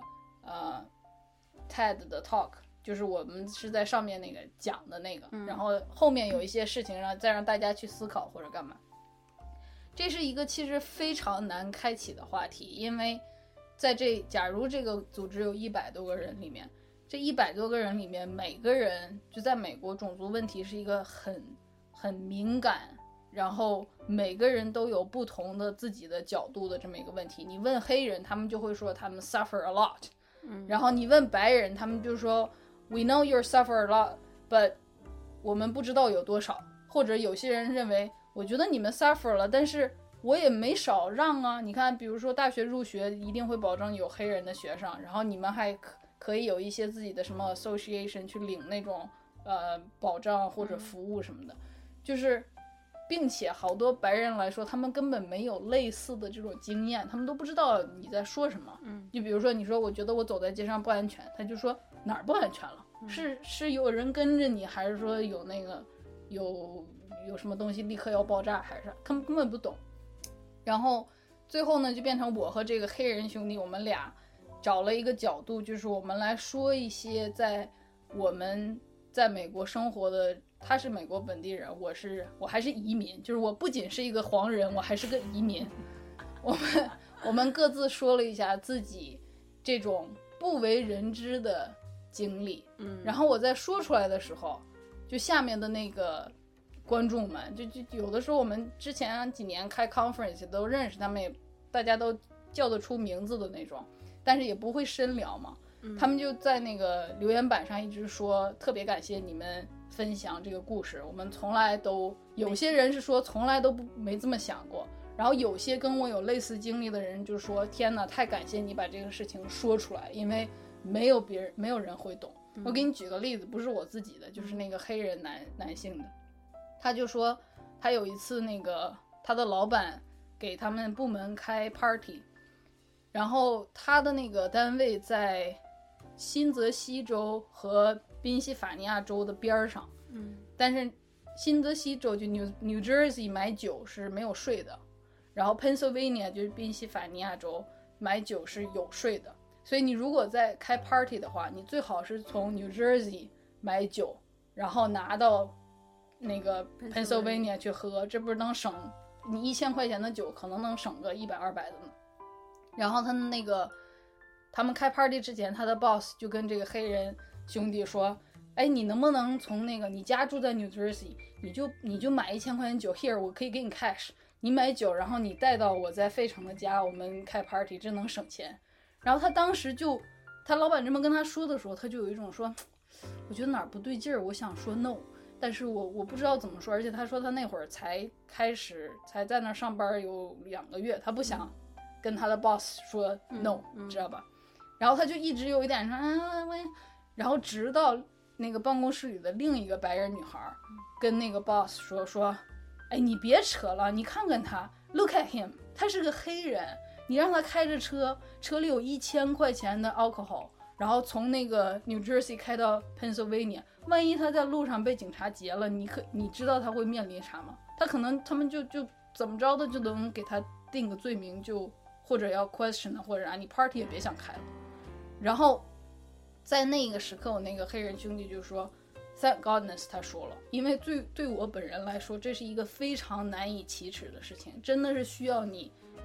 TED 的 talk， 就是我们是在上面那个讲的那个，然后后面有一些事情再让大家去思考或者干嘛。这是一个其实非常难开启的话题，因为在假如这个组织有100多个人里面，这100多个人里面每个人就在美国种族问题是一个很敏感，然后每个人都有不同的自己的角度的这么一个问题。你问黑人，他们就会说他们 suffer a lot，然后你问白人，他们就说 we know you suffer a lot but 我们不知道有多少，或者有些人认为我觉得你们 suffer 了，但是我也没少让啊。你看比如说大学入学一定会保证有黑人的学生，然后你们还可以有一些自己的什么 association 去领那种保障或者服务什么的，就是并且好多白人来说他们根本没有类似的这种经验，他们都不知道你在说什么。就比如说你说我觉得我走在街上不安全，他就说哪儿不安全了，是有人跟着你，还是说有那个有什么东西立刻要爆炸，还是根本不懂。然后最后呢就变成我和这个黑人兄弟，我们俩找了一个角度，就是我们来说一些我们在美国生活的，他是美国本地人，我还是移民，就是我不仅是一个黄人，我还是个移民。我们各自说了一下自己这种不为人知的经历，然后我在说出来的时候，就下面的那个观众们，就有的时候我们之前几年开 conference 都认识他们，也大家都叫得出名字的那种，但是也不会深聊嘛。他们就在那个留言板上一直说特别感谢你们分享这个故事，我们从来都，有些人是说从来都没这么想过，然后有些跟我有类似经历的人就说天哪，太感谢你把这个事情说出来，因为没有人会懂。我给你举个例子，不是我自己的，就是那个黑人男性的，他就说他有一次那个他的老板给他们部门开 party， 然后他的那个单位在新泽西州和宾夕法尼亚州的边上，但是新泽西州就 New Jersey 买酒是没有税的，然后 Pennsylvania 就是宾夕法尼亚州买酒是有税的，所以你如果在开 party 的话，你最好是从 New Jersey 买酒，然后拿到那个 Pennsylvania 去喝，这不是能省你1000块钱的酒，可能能省个100-200的呢。然后他们开 party 之前，他的 boss 就跟这个黑人兄弟说，哎，你能不能从那个你家住在 New Jersey， 你就买1000块钱酒 here， 我可以给你 cash， 你买酒然后你带到我在费城的家，我们开 party， 这能省钱。然后他当时他老板这么跟他说的时候，他就有一种说我觉得哪儿不对劲儿，我想说 no， 但是我不知道怎么说，而且他说他那会儿才在那上班有2个月，他不想跟他的 boss 说 no，知道吧？然后他就一直有一点说然后直到那个办公室里的另一个白人女孩跟那个 boss 说，哎，你别扯了，你看看他 ，look at him， 他是个黑人，你让他开着车里有1000块钱的 alcohol， 然后从那个 New Jersey 开到 Pennsylvania， 万一他在路上被警察劫了，你知道他会面临啥吗？他们就怎么着的就能给他定个罪名，就或者要 question 的，或者你 party 也别想开了。然后在那个时刻，我那个黑人兄弟就说 Thank goodness 他说了，因为对我本人来说，这是一个非常难以启齿的事情，真的是需要你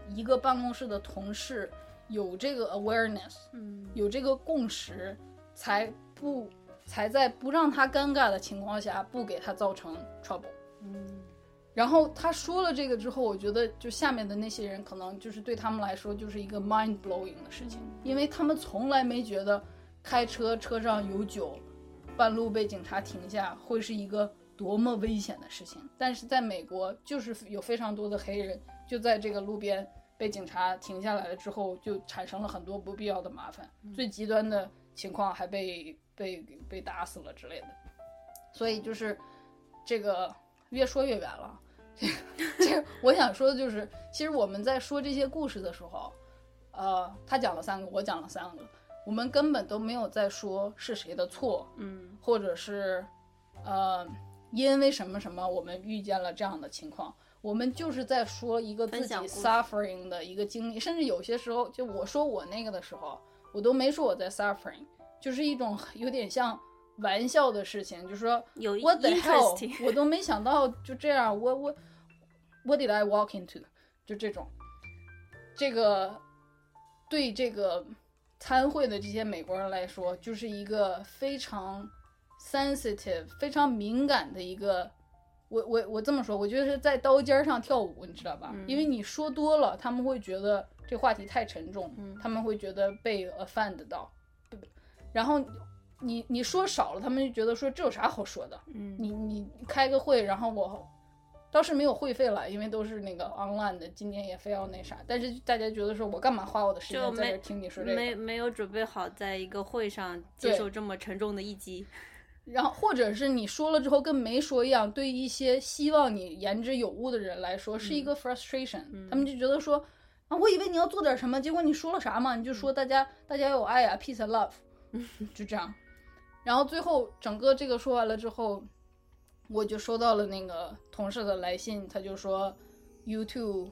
一个办公室的同事有这个 awareness，有这个共识，才在不让他尴尬的情况下不给他造成 trouble。然后他说了这个之后，我觉得就下面的那些人可能就是对他们来说就是一个 mind blowing 的事情，因为他们从来没觉得开车车上有酒，半路被警察停下会是一个多么危险的事情。但是在美国，就是有非常多的黑人就在这个路边被警察停下来了之后，就产生了很多不必要的麻烦，最极端的情况还被打死了之类的。所以就是这个越说越远了。这我想说的就是，其实我们在说这些故事的时候，他讲了3个，我讲了3个，我们根本都没有在说是谁的错，或者是因为什么什么我们遇见了这样的情况，我们就是在说一个自己 suffering 的一个经历，甚至有些时候就我说我那个的时候，我都没说我在 suffering， 就是一种有点像玩笑的事情，就是说有 what the hell， 我都没想到就这样，我 what did I walk into， 就这种，这个对这个参会的这些美国人来说，就是一个非常 sensitive 非常敏感的一个，我这么说，我觉得是在刀尖上跳舞，你知道吧？因为你说多了，他们会觉得这话题太沉重，他们会觉得被 offend 到，然后你说少了，他们就觉得说这有啥好说的？你开个会，然后我倒是没有会费了，因为都是那个 online 的，今年也非要那啥。但是大家觉得说我干嘛花我的时间在这听你说这个？ 没有准备好在一个会上接受这么沉重的一击。 然后或者是你说了之后跟没说一样，对于一些希望你言之有物的人来说是一个 frustration，他们就觉得说啊，我以为你要做点什么，结果你说了啥嘛？你就说大家有爱啊 ，peace and love， 就这样。然后最后整个这个说完了之后，我就收到了那个同事的来信，他就说 YouTube，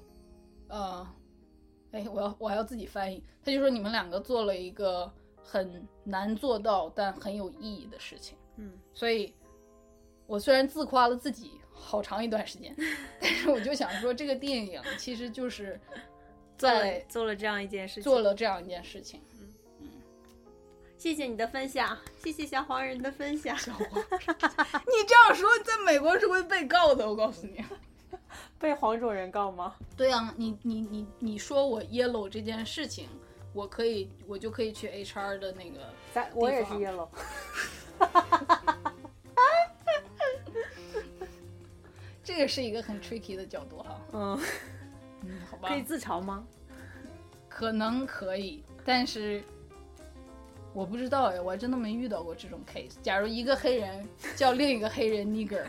我还要自己翻译，他就说你们2个做了一个很难做到但很有意义的事情。所以我虽然自夸了自己好长一段时间，但是我就想说这个电影其实就是做了这样一件事情， 做了这样一件事情。 谢谢你的分享，谢谢小黄人的分享。 小黄人，你这样说在美国是会被告的，我告诉你。 被黄种人告吗？ 对啊，你说我 yellow 这件事情，我就可以去 HR 的那个地方。 我也是 yellow。 这个是一个很 tricky 的角度哈。好吧。 可以自嘲吗？ 可能可以，但是我不知道哎，我还真的没遇到过这种 case。假如一个黑人叫另一个黑人 nigger，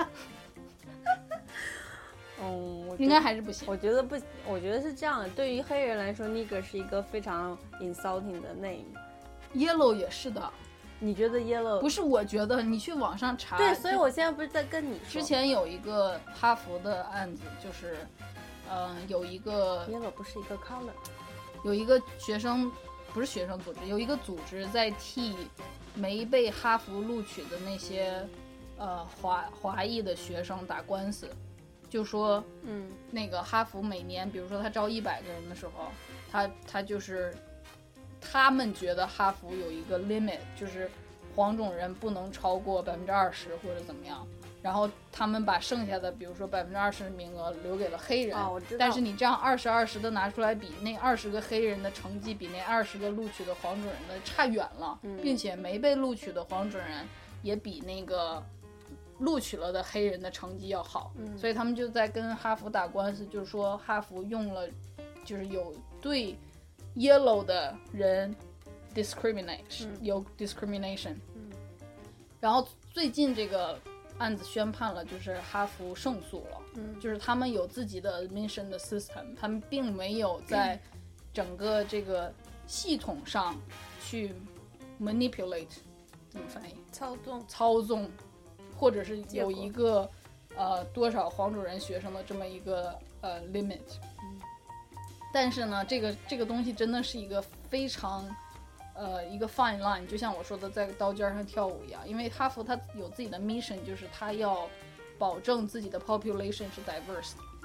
应该还是不行。 我觉得不，我觉得是这样的。对于黑人来说 ，nigger 是一个非常 insulting 的 name。yellow 也是的。 你觉得 yellow？ 不是，我觉得你去网上查。 对，所以我现在不是在跟你说。 之前有一个哈佛的案子，就是，有一个 yellow 不是一个 color， 有一个学生。不是学生组织，有一个组织在替没被哈佛录取的那些华裔的学生打官司，就说那个哈佛每年比如说他招100个人的时候，他就是他们觉得哈佛有一个 limit， 就是黄种人不能超过20%或者怎么样，然后他们把剩下的比如说20%的名额留给了黑人。 我知道。 但是你这样20的拿出来比，那20个黑人的成绩比那20个录取的黄种人的差远了，并且没被录取的黄种人也比那个录取了的黑人的成绩要好。所以他们就在跟哈佛打官司，就是说哈佛用了就是有对 yellow 的人 有 discrimination。然后最近这个案子宣判了，就是哈佛胜诉了。就是他们有自己的 admission 的 system， 他们并没有在整个这个系统上去 manipulate， 怎么翻译？操纵，或者是有一个多少黄种人学生的这么一个limit。但是呢，这个东西真的是一个非常一个 fine line， 就像我说的，在刀尖上跳舞一样。因为哈佛它有自己的 mission， 就是它要保证自己的 population 是 diverse，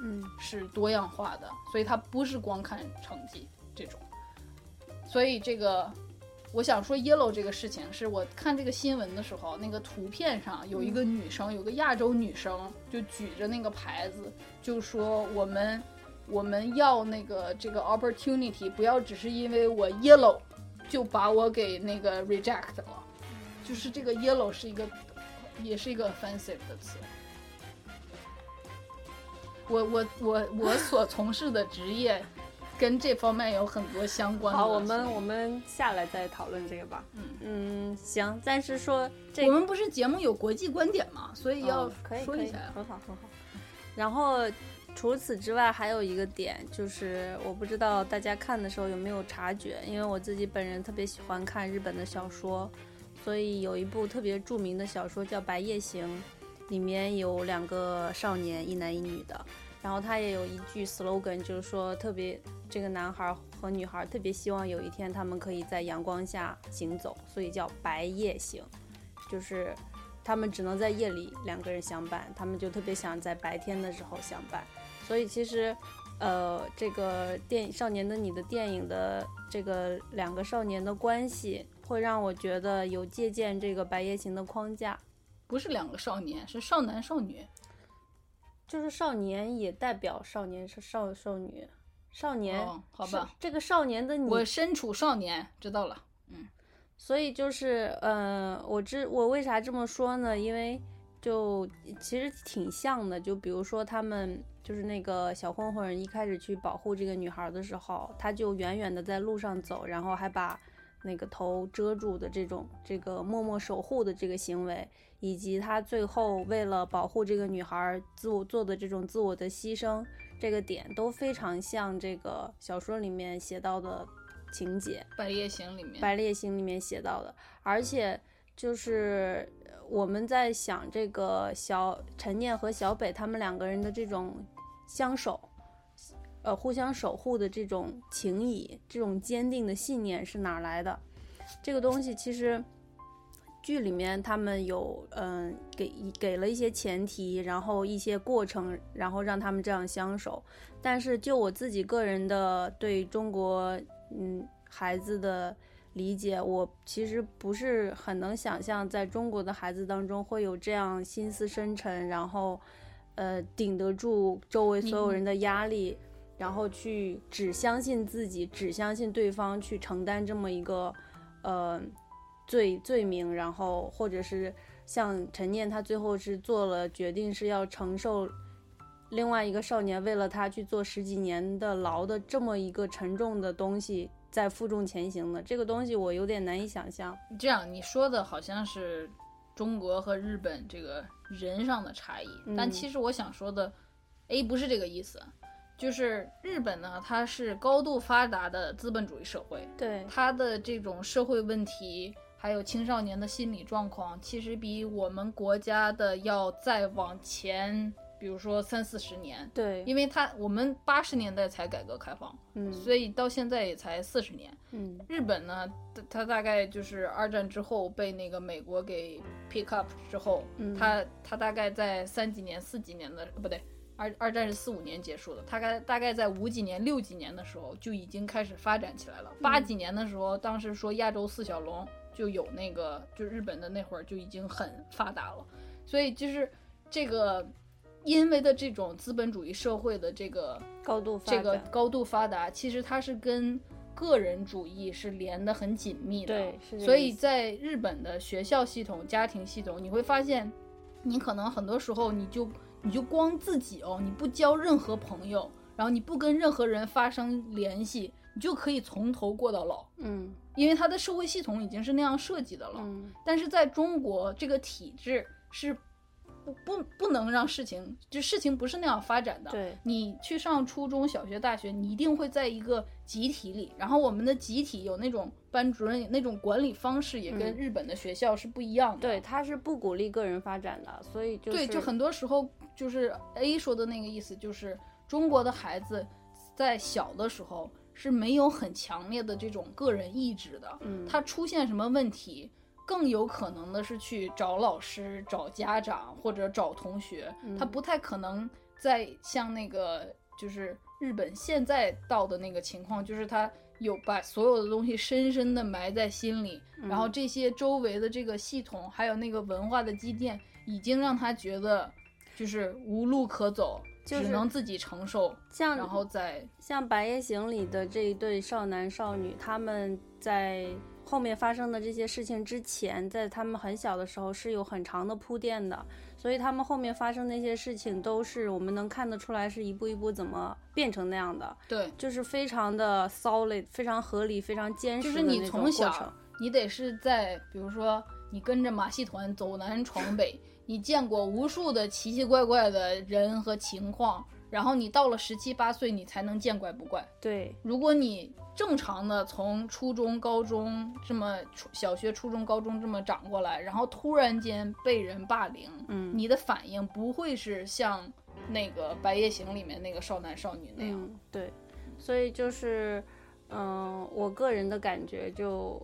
是多样化的，所以它不是光看成绩这种。所以这个我想说 yellow 这个事情，是我看这个新闻的时候，那个图片上有一个女生，有个亚洲女生就举着那个牌子，就说我们要那个这个 opportunity， 不要只是因为我 yellow 就把我给那个 reject 了，就是这个 yellow 是一个也是一个 offensive 的词。我所从事的职业跟这方面有很多相关的。 好，我们下来再讨论这个吧。行，但是说我们不是节目有国际观点嘛，所以要说一下。 很好。然后除此之外还有一个点，就是我不知道大家看的时候有没有察觉，因为我自己本人特别喜欢看日本的小说，所以有一部特别著名的小说叫《白夜行》，里面有2个少年，一男一女的，然后他也有一句 slogan， 就是说特别这个男孩和女孩特别希望有一天他们可以在阳光下行走，所以叫白夜行，就是他们只能在夜里2个人相伴，他们就特别想在白天的时候相伴。所以其实这个少年的你的电影的这个2个少年的关系会让我觉得有借鉴这个白夜行的框架。 不是2个少年，是少男少女， 就是少年也代表少年是少女，少年、 好吧， 这个少年的你， 我身处少年，知道了。 所以就是我为啥这么说呢？因为就其实挺像的，就比如说他们就是那个小混混一开始去保护这个女孩的时候，他就远远的在路上走，然后还把那个头遮住的这个默默守护的这个行为，以及他最后为了保护这个女孩做的这种自我的牺牲，这个点都非常像这个小说里面写到的情节， 白夜行里面写到的。而且就是我们在想这个陈念和小北他们2个人的这种相守互相守护的这种情谊，这种坚定的信念是哪来的？这个东西其实剧里面他们有给了一些前提，然后一些过程，然后让他们这样相守。但是就我自己个人的对中国孩子的理解，我其实不是很能想象在中国的孩子当中会有这样心思深沉，然后顶得住周围所有人的压力，然后去只相信自己，只相信对方，去承担这么一个罪名，然后或者是像陈念他最后是做了决定，是要承受另外一个少年为了他去做10几年的牢的这么一个沉重的东西在负重前行的，这个东西我有点难以想象。 这样你说的好像是中国和日本这个人上的差异，但其实我想说的不是这个意思。就是日本呢，它是高度发达的资本主义社会， 对它的这种社会问题还有青少年的心理状况，其实比我们国家的要再往前，比如说30-40年。 对， 因为我们80年代才改革开放，所以到现在也才40年。日本呢，它大概就是2战之后被那个美国给 pick up 之后，它大概在3几年、4几年的不对。二战是4-5年结束的，大概在5几年、6几年的时候就已经开始发展起来了。8几年的时候，当时说亚洲4小龙就有那个，就日本的那会儿就已经很发达了。所以就是这个，因为的这种资本主义社会的这个高度发达，其实它是跟个人主义是连得很紧密的。 对，是。 所以在日本的学校系统、家庭系统，你会发现，你可能很多时候你就光自己你不交任何朋友，然后你不跟任何人发生联系，你就可以从头过到老。因为它的社会系统已经是那样设计的了。但是在中国这个体制是不能让事情不是那样发展的。 对， 你去上初中小学大学，你一定会在一个集体里，然后我们的集体有那种班主任，那种管理方式也跟日本的学校是不一样的。 对，他是不鼓励个人发展的，所以对，就很多时候就是 A 说的那个意思，就是中国的孩子在小的时候是没有很强烈的这种个人意志的。他出现什么问题更有可能的是去找老师、找家长或者找同学，他不太可能在像那个就是日本现在到的那个情况，就是他有把所有的东西深深的埋在心里，然后这些周围的这个系统还有那个文化的积淀已经让他觉得就是无路可走，只能自己承受。然后像《白夜行》里的这一对少男少女，他们在后面发生的这些事情之前，在他们很小的时候是有很长的铺垫的，所以他们后面发生那些事情都是我们能看得出来是一步一步怎么变成那样的。 对， 就是非常的 solid， 非常合理，非常坚实的那种过程。 就是你从小你得是在比如说你跟着马戏团走南闯北，你见过无数的奇奇怪怪的人和情况，然后你到了17、18岁你才能见怪不怪。 对， 如果你正常的从初中高中这么小学初中高中这么长过来，然后突然间被人霸凌，你的反应不会是像那个白夜行里面那个少男少女那样。 对，所以就是我个人的感觉就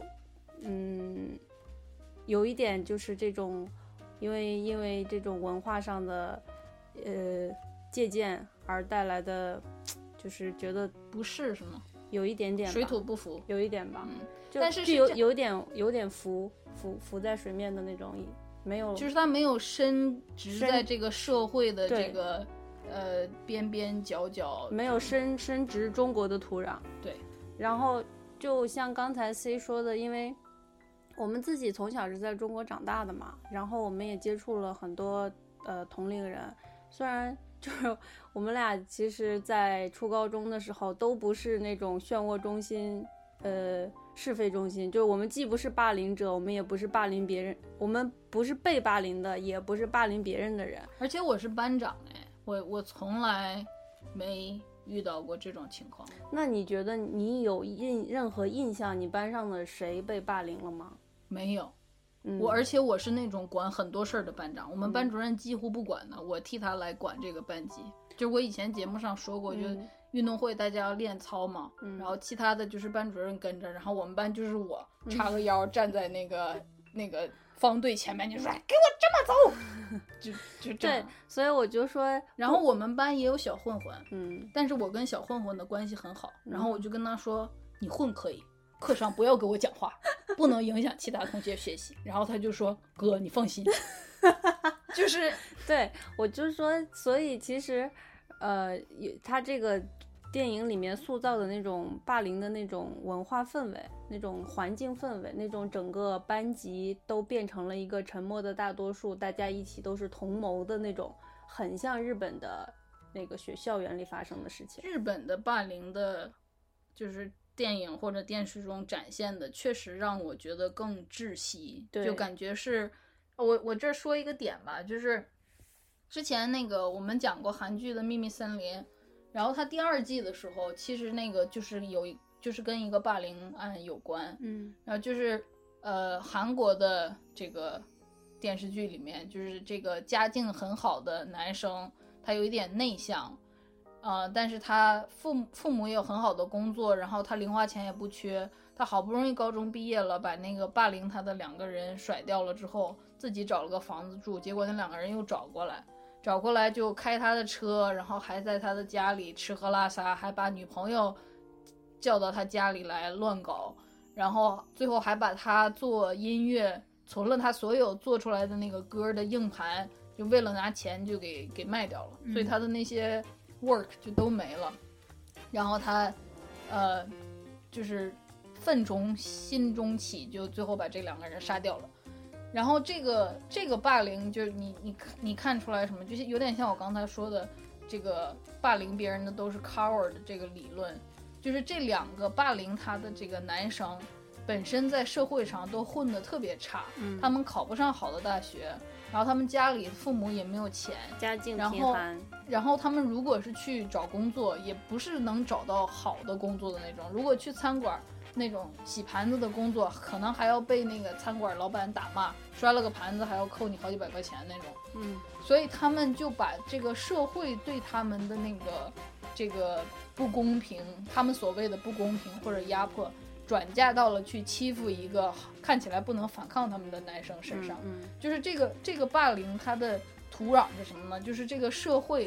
有一点就是这种因为这种文化上的借鉴而带来的就是觉得不适是吗？ 有一点点水土不服， 有一点吧。 但是有点浮在水面的那种，没有， 就是它没有深植在这个社会的这个边边角角， 没有深植中国的土壤。 对， 然后就像刚才 C 说的，因为我们自己从小是在中国长大的嘛，然后我们也接触了很多同龄人，虽然就是我们俩其实在初高中的时候都不是那种漩涡中心是非中心，就是我们既不是霸凌者，我们也不是霸凌别人，我们不是被霸凌的，也不是霸凌别人的人。 而且我是班长我从来没遇到过这种情况。 那你觉得你有任何印象你班上的谁被霸凌了吗？ 没有。而且我是那种管很多事儿的班长，我们班主任几乎不管的，我替他来管这个班级。就是我以前节目上说过，就运动会大家要练操嘛，然后其他的就是班主任跟着，然后我们班就是我叉个腰站在那个方队前面，就说给我这么走，就这样。 对，所以我就说， 然后我们班也有小混混，但是我跟小混混的关系很好，然后我就跟他说，你混可以，课上不要给我讲话，不能影响其他同学学习。然后他就说，哥你放心。就是对，我就说，所以其实他这个电影里面塑造的那种霸凌的那种文化氛围，那种环境氛围，那种整个班级都变成了一个沉默的大多数，大家一起都是同谋的那种，很像日本的那个校园里发生的事情。 日本的霸凌的就是电影或者电视中展现的确实让我觉得更窒息，就感觉是我这说一个点吧，就是之前那个我们讲过韩剧的秘密森林，然后它第2季的时候其实那个就是跟一个霸凌案有关，然后就是韩国的这个电视剧里面，就是这个家境很好的男生，他有一点内向，但是他父母也有很好的工作，然后他零花钱也不缺，他好不容易高中毕业了，把那个霸凌他的2个人甩掉了之后，自己找了个房子住，结果那2个人又找过来就开他的车，然后还在他的家里吃喝拉撒，还把女朋友叫到他家里来乱搞，然后最后还把他做音乐存了他所有做出来的那个歌的硬盘，就为了拿钱就给卖掉了，所以他的那些 work 就都没了。然后他就是愤从心中起，就最后把这2个人杀掉了。然后这个霸凌就是你看出来什么，就是有点像我刚才说的这个霸凌别人的都是 coward 这个理论，就是这2个霸凌他的这个男生本身在社会上都混得特别差，他们考不上好的大学，然后他们家里父母也没有钱， 家境贫寒， 然后他们如果是去找工作，也不是能找到好的工作的那种，如果去餐馆那种洗盘子的工作，可能还要被那个餐馆老板打骂，摔了个盘子还要扣你好几百块钱那种。所以他们就把这个社会对他们的这个不公平，他们所谓的不公平或者压迫，转嫁到了去欺负一个看起来不能反抗他们的男生身上。就是这个霸凌它的土壤是什么呢？就是这个社会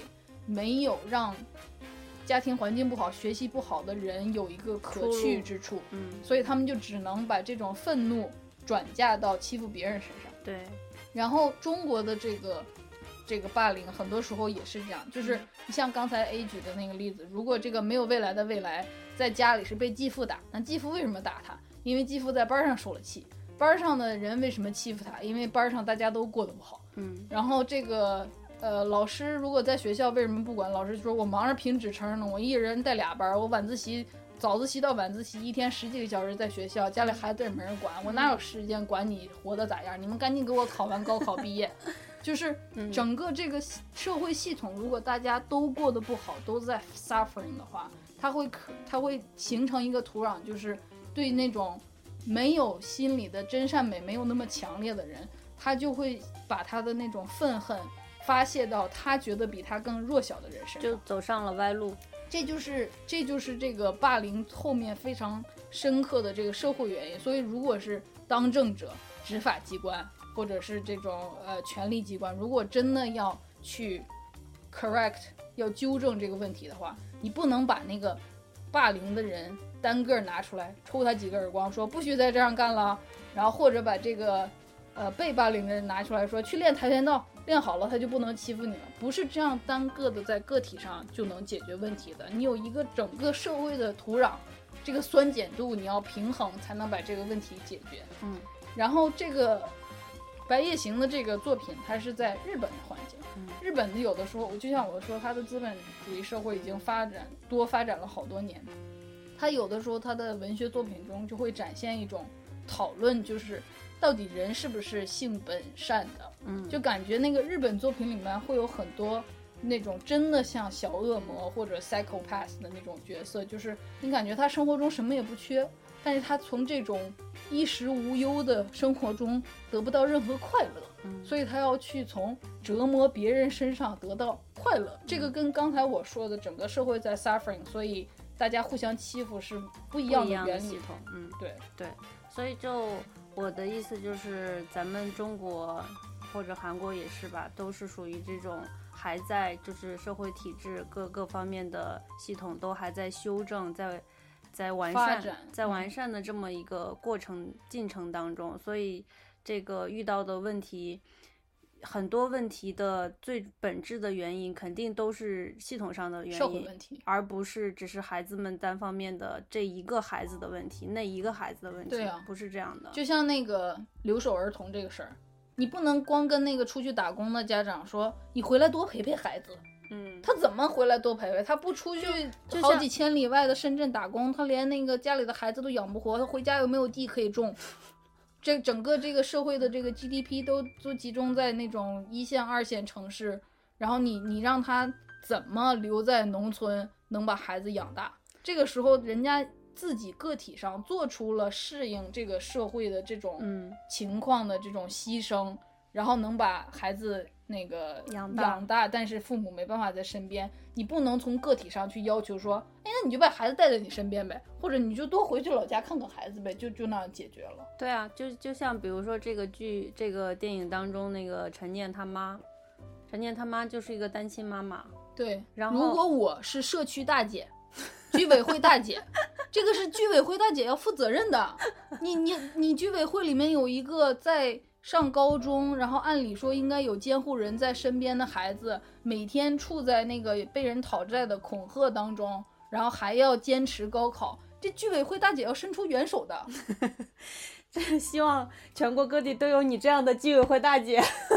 没有让家庭环境不好、学习不好的人有一个可去之处，所以他们就只能把这种愤怒转嫁到欺负别人身上。 对， 然后中国的这个霸凌很多时候也是这样，就是你像刚才 A 举的那个例子，如果这个没有未来的未来在家里是被继父打，那继父为什么打他？因为继父在班上受了气。班上的人为什么欺负他？因为班上大家都过得不好。然后这个老师如果在学校为什么不管？老师说我忙着评职称呢，我一人带2班，我晚自习早自习到晚自习一天10几个小时在学校，家里孩子也没人管，我哪有时间管你活得咋样？你们赶紧给我考完高考毕业。就是整个这个社会系统，如果大家都过得不好，都在 suffering 的话，它会形成一个土壤，就是对那种没有心里的真善美没有那么强烈的人，他就会把他的那种愤恨发泄到他觉得比他更弱小的人身上， 就走上了歪路。 这就是这个霸凌后面非常深刻的这个社会原因。所以如果是当政者、执法机关或者是这种权力机关，如果真的要去 correct 要纠正这个问题的话，你不能把那个霸凌的人单个拿出来抽他几个耳光，说不许再这样干了，然后或者把这个被霸凌的人拿出来说去练跆拳道，练好了他就不能欺负你了。不是这样单个的在个体上就能解决问题的，你有一个整个社会的土壤，这个酸碱度你要平衡才能把这个问题解决。然后这个白夜行的这个作品它是在日本的环境，日本的有的时候就像我说，它的资本主义社会已经发展了好多年，它有的时候它的文学作品中就会展现一种讨论，就是到底人是不是性本善的。就感觉那个日本作品里面会有很多那种真的像小恶魔或者 psychopath 的那种角色，就是你感觉他生活中什么也不缺，但是他从这种衣食无忧的生活中得不到任何快乐，所以他要去从折磨别人身上得到快乐。这个跟刚才我说的整个社会在 suffering， 所以大家互相欺负是不一样的原理。 系统。 对， 所以就我的意思就是，咱们中国或者韩国也是吧，都是属于这种还在就是社会体制各方面的系统都还在修正，在完善的这么一个进程当中，所以这个遇到的问题，很多问题的最本质的原因肯定都是系统上的原因， 社会问题， 而不是只是孩子们单方面的这一个孩子的问题，那一个孩子的问题。 对啊， 不是这样的。 就像那个留守儿童这个事儿，你不能光跟那个出去打工的家长说你回来多陪陪孩子。他怎么回来多陪陪？他不出去好几千里外的深圳打工，他连那个家里的孩子都养不活，他回家又没有地可以种。这整个这个社会的这个 GDP 都集中在那种1线2线城市，然后你让他怎么留在农村能把孩子养大？这个时候人家自己个体上做出了适应这个社会的这种情况的这种牺牲，然后能把孩子那个养大，但是父母没办法在身边，你不能从个体上去要求说，哎，那你就把孩子带在你身边呗，或者你就多回去老家看看孩子呗，就那样解决了。 对啊，就像比如说这个电影当中那个陈念他妈就是一个单亲妈妈。 对， 然后如果我是社区大姐，居委会大姐，这个是居委会大姐要负责任的。你居委会里面有一个在上高中，然后按理说应该有监护人在身边的孩子，每天处在那个被人讨债的恐吓当中，然后还要坚持高考，这居委会大姐要伸出援手的。 希望全国各地都有你这样的居委会大姐。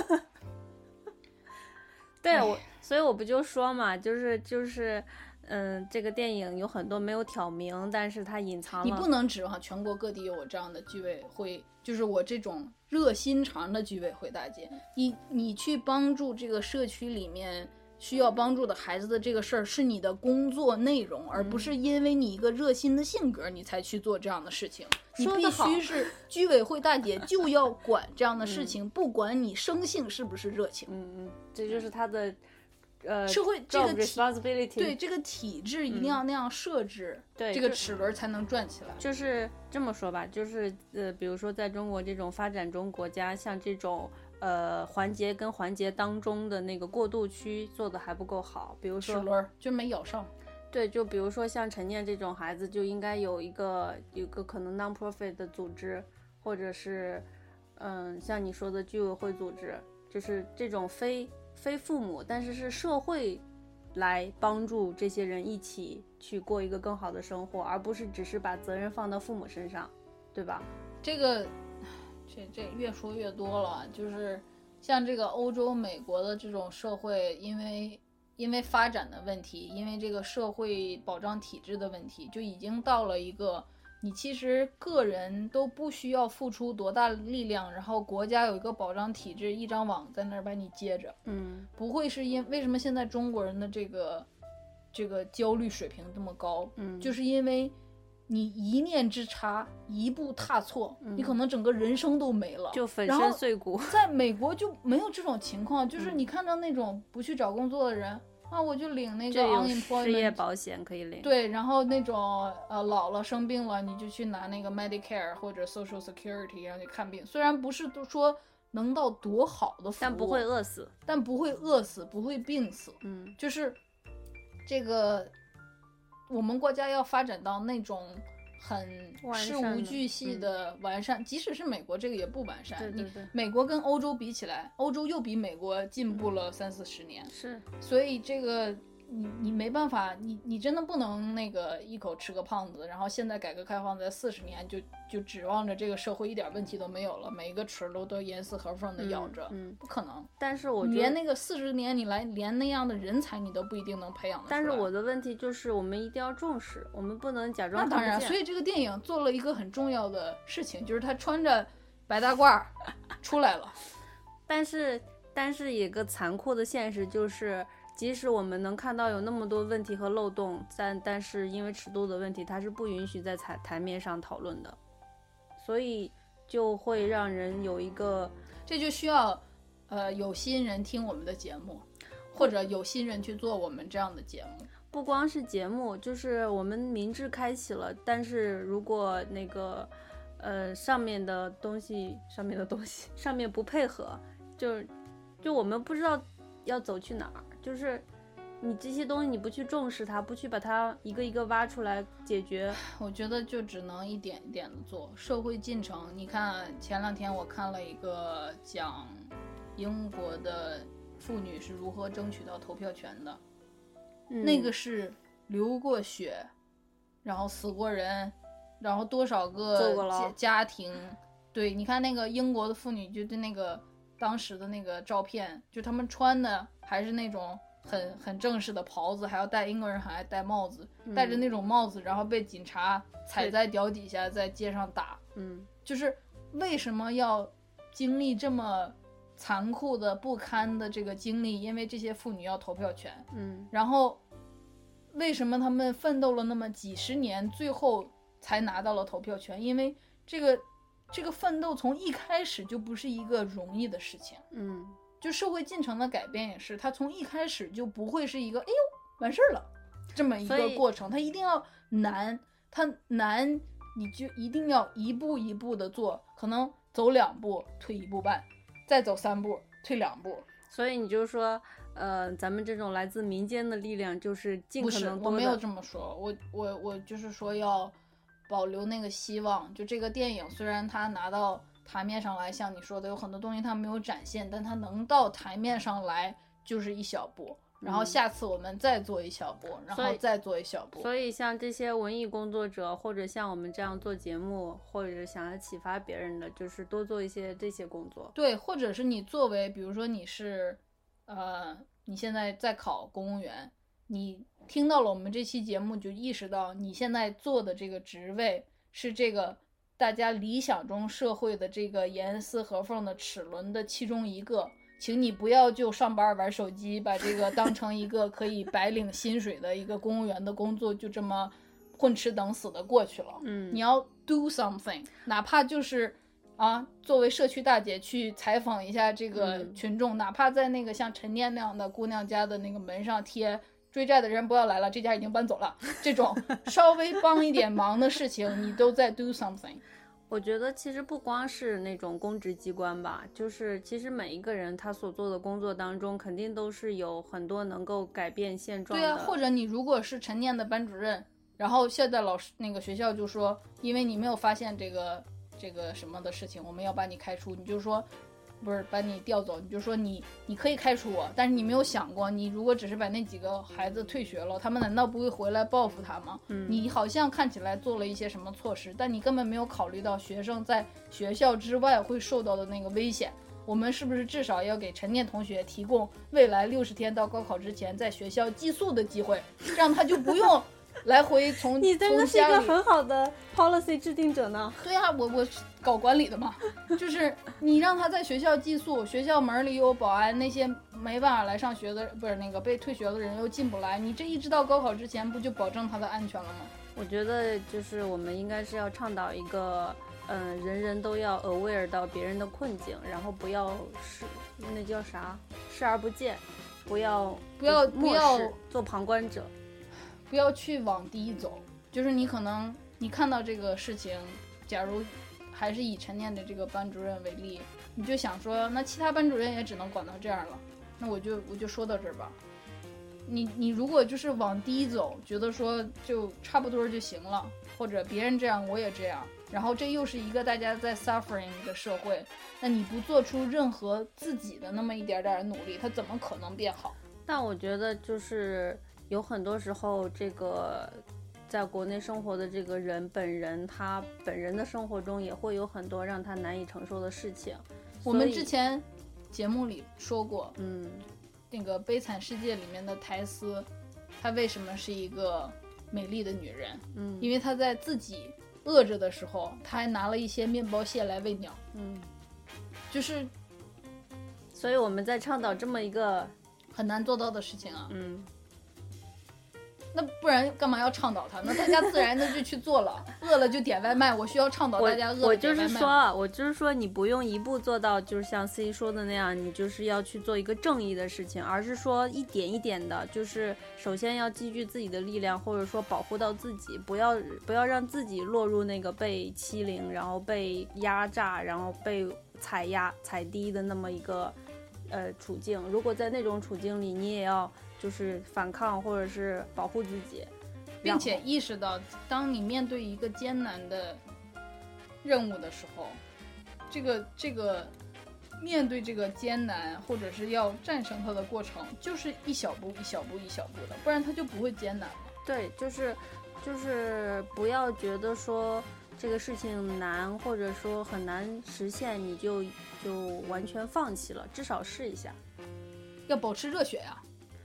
对，所以我不就说嘛，就是这个电影有很多没有挑明，但是它隐藏了。 你不能指望全国各地有我这样的居委会，就是我这种热心肠的居委会大姐。你去帮助这个社区里面需要帮助的孩子的这个事儿，是你的工作内容，而不是因为你一个热心的性格你才去做这样的事情。你必须是居委会大姐就要管这样的事情，不管你生性是不是热情。 这就是他的社会这个 responsibility， 对这个体制一定要那样设置， 对这个齿轮才能转起来。 就是这么说吧，就是比如说在中国这种发展中国家，像这种环节跟环节当中的那个过渡区做的还不够好，比如说齿轮就没咬上。 对，就比如说像陈念这种孩子，就应该有一个可能 non-profit 的组织，或者是像你说的居委会组织，就是这种非父母，但是是社会来帮助这些人一起去过一个更好的生活，而不是只是把责任放到父母身上，对吧？ 这越说越多了，就是像这个欧洲、美国的这种社会，因为发展的问题，因为这个社会保障体制的问题，就已经到了一个你其实个人都不需要付出多大力量，然后国家有一个保障体制，一张网在那儿把你接着。不会是为什么现在中国人的这个焦虑水平这么高？就是因为你一念之差，一步踏错，你可能整个人生都没了， 就粉身碎骨。 在美国就没有这种情况，就是你看到那种不去找工作的人啊，我就领那个 unemployment 失业保险可以领。 对，然后那种老了生病了，你就去拿那个 Medicare 或者 Social Security 让你看病，虽然不是都说能到多好的服务， 但不会饿死， 不会病死。就是这个我们国家要发展到那种很事无巨细的完善，即使是美国这个也不完善。 对， 美国跟欧洲比起来，欧洲又比美国进步了30-40年。 是， 所以这个你没办法，你真的不能那个一口吃个胖子，然后现在改革开放在40年就指望着这个社会一点问题都没有了，每一个齿轮都严丝合缝的咬着，不可能。 但是我觉得连那个40年你连那样的人才你都不一定能培养得出来。 但是我的问题就是我们一定要重视，我们不能假装看不见。 那当然，所以这个电影做了一个很重要的事情，就是他穿着白大褂出来了。 但是一个残酷的现实就是，即使我们能看到有那么多问题和漏洞，但是因为尺度的问题，它是不允许在台面上讨论的，所以就会让人有一个， 这就需要有心人听我们的节目，或者有心人去做我们这样的节目。 不光是节目，就是我们明智开启了，但是如果那个上面的东西上面不配合，就我们不知道要走去哪儿，就是你这些东西你不去重视它，不去把它一个一个挖出来解决， 我觉得就只能一点一点的做社会进程。你看前2天我看了一个讲英国的妇女是如何争取到投票权的，那个是流过血，然后死过人，然后多少个家庭。对，你看那个英国的妇女，就对那个当时的那个照片，就他们穿的还是那种很正式的袍子，还要戴，英国人还戴帽子，戴着那种帽子，然后被警察踩在脚底下，在街上打。就是为什么要经历这么残酷的不堪的这个经历？因为这些妇女要投票权。然后为什么他们奋斗了那么几十年，最后才拿到了投票权？因为这个奋斗从一开始就不是一个容易的事情。就社会进程的改变也是，它从一开始就不会是一个哎呦完事儿了这么一个过程，它一定要难，它难你就一定要一步一步的做，可能走2步退1步半，再走3步退2步。 所以你就说咱们这种来自民间的力量就是尽可能多的。 不是，我没有这么说，我就是说要保留那个希望。就这个电影虽然它拿到台面上来，像你说的有很多东西它没有展现，但它能到台面上来就是一小步，然后下次我们再做一小步，然后再做一小步。 所以像这些文艺工作者，或者像我们这样做节目，或者想要启发别人的，就是多做一些这些工作。 对，或者是你作为比如说你是你现在在考公务员，你听到了我们这期节目，就意识到你现在做的这个职位是这个大家理想中社会的这个严丝合缝的齿轮的其中一个，请你不要就上班玩手机，把这个当成一个可以白领薪水的一个公务员的工作，就这么混吃等死的过去了。你要 do something， 哪怕就是作为社区大姐去采访一下这个群众，哪怕在那个像陈念那样的姑娘家的那个门上贴追债的人不要来了，这家已经搬走了，这种稍微帮一点忙的事情你都在 do something。 我觉得其实不光是那种公职机关吧，就是其实每一个人他所做的工作当中，肯定都是有很多能够改变现状的。 对啊，或者你如果是陈念的班主任，然后现在老师那个学校就说，因为你没有发现这个什么的事情，我们要把你开除，你就说不是把你调走，你就说你可以开除我，但是你没有想过，你如果只是把那几个孩子退学了，他们难道不会回来报复他吗？你好像看起来做了一些什么措施，但你根本没有考虑到学生在学校之外会受到的那个危险。我们是不是至少要给陈念同学提供未来60天到高考之前在学校寄宿的机会，这样他就不用来回从你真的是一个很好的 policy 制定者呢。 对啊，我搞管理的嘛，就是你让他在学校寄宿，学校门里有保安，那些没办法来上学的，不是那个被退学的人又进不来，你这一直到高考之前不就保证他的安全了吗？ 我觉得就是我们应该是要倡导一个人人都要 aware 到别人的困境，然后不要那叫啥视而不见，不要做旁观者， 不要去往低走。就是你可能你看到这个事情，假如还是以陈念的这个班主任为例，你就想说那其他班主任也只能管到这样了，那我就说到这儿吧。你如果就是往低走，觉得说就差不多就行了，或者别人这样我也这样，然后这又是一个大家在 suffering 的社会，那你不做出任何自己的那么一点点努力，它怎么可能变好？ 但我觉得就是有很多时候，这个在国内生活的这个人本人，他本人的生活中也会有很多让他难以承受的事情。 我们之前节目里说过，那个《悲惨世界》里面的苔丝，她为什么是一个美丽的女人？因为她在自己饿着的时候，她还拿了一些面包屑来喂鸟。就是， 所以我们在倡导这么一个很难做到的事情啊。那不然干嘛要倡导它？那大家自然的就去做了，饿了就点外卖。我需要倡导大家饿了点外卖。 我就是说，你不用一步做到，就是像 C 说的那样，你就是要去做一个正义的事情，而是说一点一点的，就是首先要积聚自己的力量，或者说保护到自己，不要让自己落入那个被欺凌，然后被压榨，然后被踩低的那么一个处境。如果在那种处境里，你也要就是反抗或者是保护自己， 并且意识到当你面对一个艰难的任务的时候，这个面对这个艰难或者是要战胜它的过程，就是一小步一小步一小步的，不然它就不会艰难了。 对，就是不要觉得说这个事情难或者说很难实现，你就完全放弃了，至少试一下， 要保持热血呀。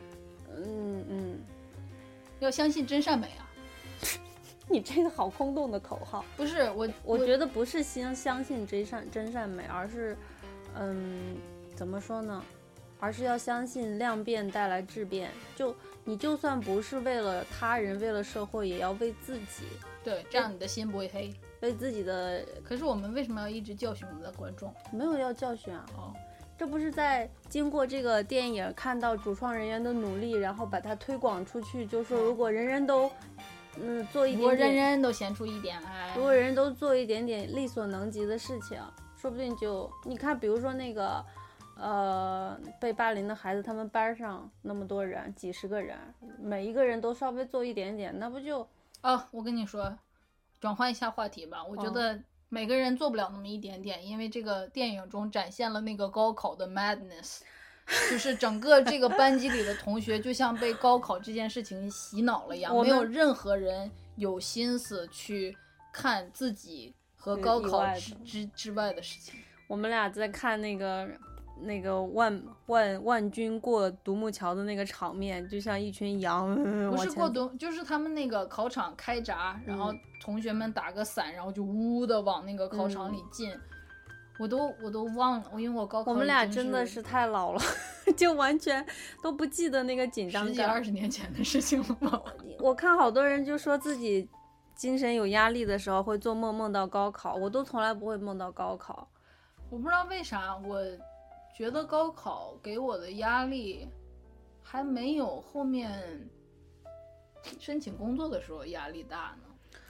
要相信真善美啊！ 你这个好空洞的口号。 不是我觉得不是相信真善美，而是怎么说呢？而是要相信量变带来质变。你就算不是为了他人，为了社会，也要为自己。 对，这样你的心不会黑。 为自己的。 可是我们为什么要一直教训我们的观众？ 没有要教训啊。这不是在经过这个电影看到主创人员的努力，然后把它推广出去，就说如果人人都做一点点， 如果人人都显出一点来， 如果人人都做一点点力所能及的事情，说不定就你看，比如说那个被霸凌的孩子，他们班上那么多人，几十个人，每一个人都稍微做一点点，那不就我跟你说，转换一下话题吧。我觉得每个人做不了那么一点点，因为这个电影中展现了那个高考的 madness， 就是整个这个班级里的同学就像被高考这件事情洗脑了一样，没有任何人有心思去看自己和高考之外的事情。 我们俩在看那个万军过独木桥的那个场面，就像一群羊。 不是过就是他们那个考场开闸，然后同学们打个伞，然后就呜的往那个考场里进。我都忘了，因为我高考。 我们俩真的是太老了，就完全都不记得那个紧张感。 10几20年前的事情了吗？ 我看好多人就说自己精神有压力的时候会做梦，梦到高考，我都从来不会梦到高考。 我不知道为啥，我觉得高考给我的压力还没有后面申请工作的时候压力大呢。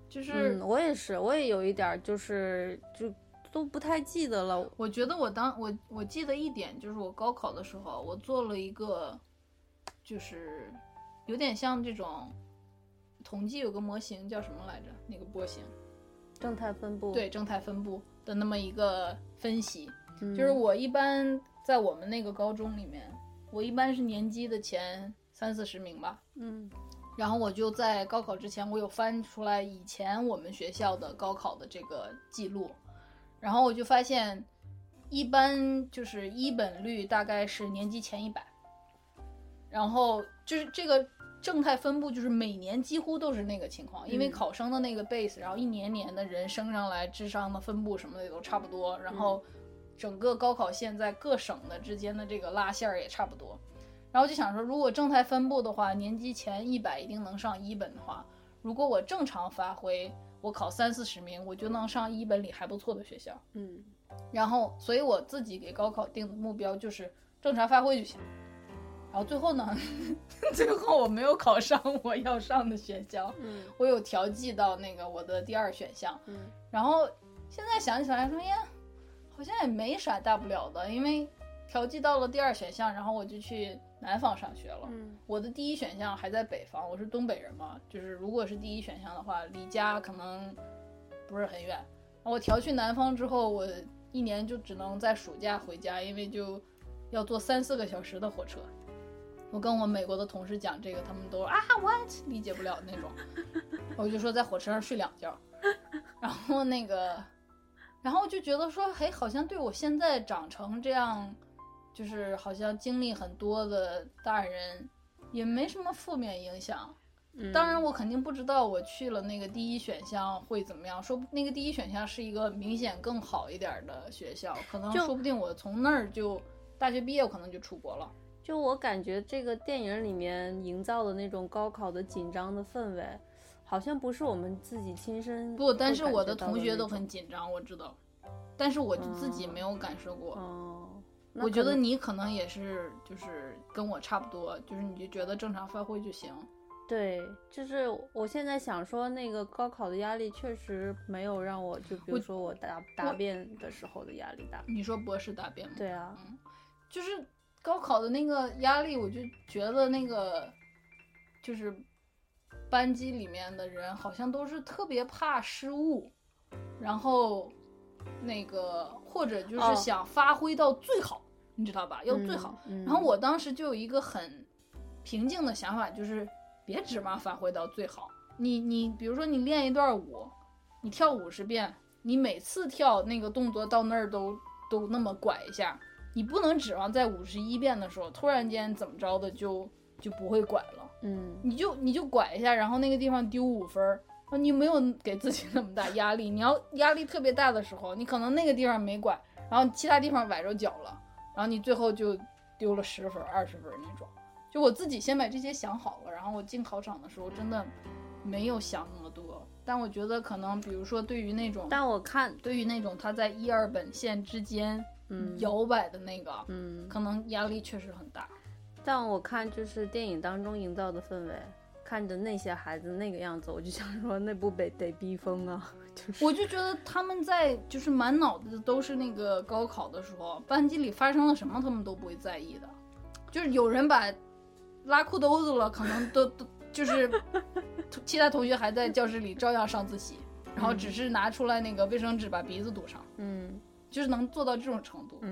就是我也是，我也有一点就都不太记得了。 我觉得我记得一点，就是我高考的时候，我做了一个，就是有点像这种统计有个模型叫什么来着？那个波形， 正态分布。 对，正态分布的那么一个分析。就是我一般在我们那个高中里面，我一般是年级的前30-40名吧。然后我就在高考之前，我有翻出来以前我们学校的高考的这个记录，然后我就发现，一般就是一本率大概是年级前100，然后就是这个正态分布就是每年几乎都是那个情况，因为考生的那个 base，然后一年年的人升上来，智商的分布什么的也都差不多，然后整个高考线在各省的之间的这个拉线也差不多。然后就想说，如果正态分布的话，年级前100一定能上一本的话，如果我正常发挥，我考30-40名，我就能上一本里还不错的学校。然后所以我自己给高考定的目标就是正常发挥就行。然后最后呢，最后我没有考上我要上的学校，我有调剂到那个我的第2选项。然后现在想起来说呀，好像也没啥大不了的，因为调剂到了第2选项，然后我就去南方上学了。我的第1选项还在北方，我是东北人嘛，就是如果是第1选项的话，离家可能不是很远。我调去南方之后，我1年就只能在暑假回家，因为就要坐3-4个小时的火车。我跟我美国的同事讲这个，他们都what 理解不了那种。我就说在火车上睡2觉，然后然后就觉得说，嘿，好像对我现在长成这样，就是好像经历很多的大人也没什么负面影响。当然我肯定不知道我去了那个第1选项会怎么样，说那个第1选项是一个明显更好一点的学校，可能说不定我从那儿就大学毕业我可能就出国了。 就我感觉这个电影里面营造的那种高考的紧张的氛围，好像不是我们自己亲身不，但是我的同学都很紧张，我知道，但是我自己没有感受过。我觉得你可能也是，就是跟我差不多，就是你就觉得正常发挥就行。 对，就是我现在想说，那个高考的压力确实没有让我，就比如说我答辩的时候的压力大。 你说博士答辩吗？ 对啊， 就是高考的那个压力，我就觉得那个就是班级里面的人好像都是特别怕失误，然后那个或者就是想发挥到最好，你知道吧？要最好。然后我当时就有一个很平静的想法，就是别指望发挥到最好。你比如说你练一段舞，你跳50遍，你每次跳那个动作到那儿都那么拐一下。你不能指望在51遍的时候突然间怎么着的就不会拐了。你就拐一下，然后那个地方丢5分，你没有给自己那么大压力。你要压力特别大的时候，你可能那个地方没拐，然后其他地方崴着脚了，然后你最后就丢了10分20分那种。就我自己先把这些想好了，然后我进考场的时候真的没有想那么多。但我觉得可能比如说对于那种他在1、2本线之间摇摆的那个，可能压力确实很大。 但我看就是电影当中营造的氛围，看着那些孩子那个样子，我就想说那不得逼疯啊！ 我就觉得他们在就是满脑子都是那个高考的时候，班级里发生了什么他们都不会在意的。就是有人把拉裤兜子了，可能都就是其他同学还在教室里照样上自习，然后只是拿出来那个卫生纸把鼻子堵上。就是能做到这种程度。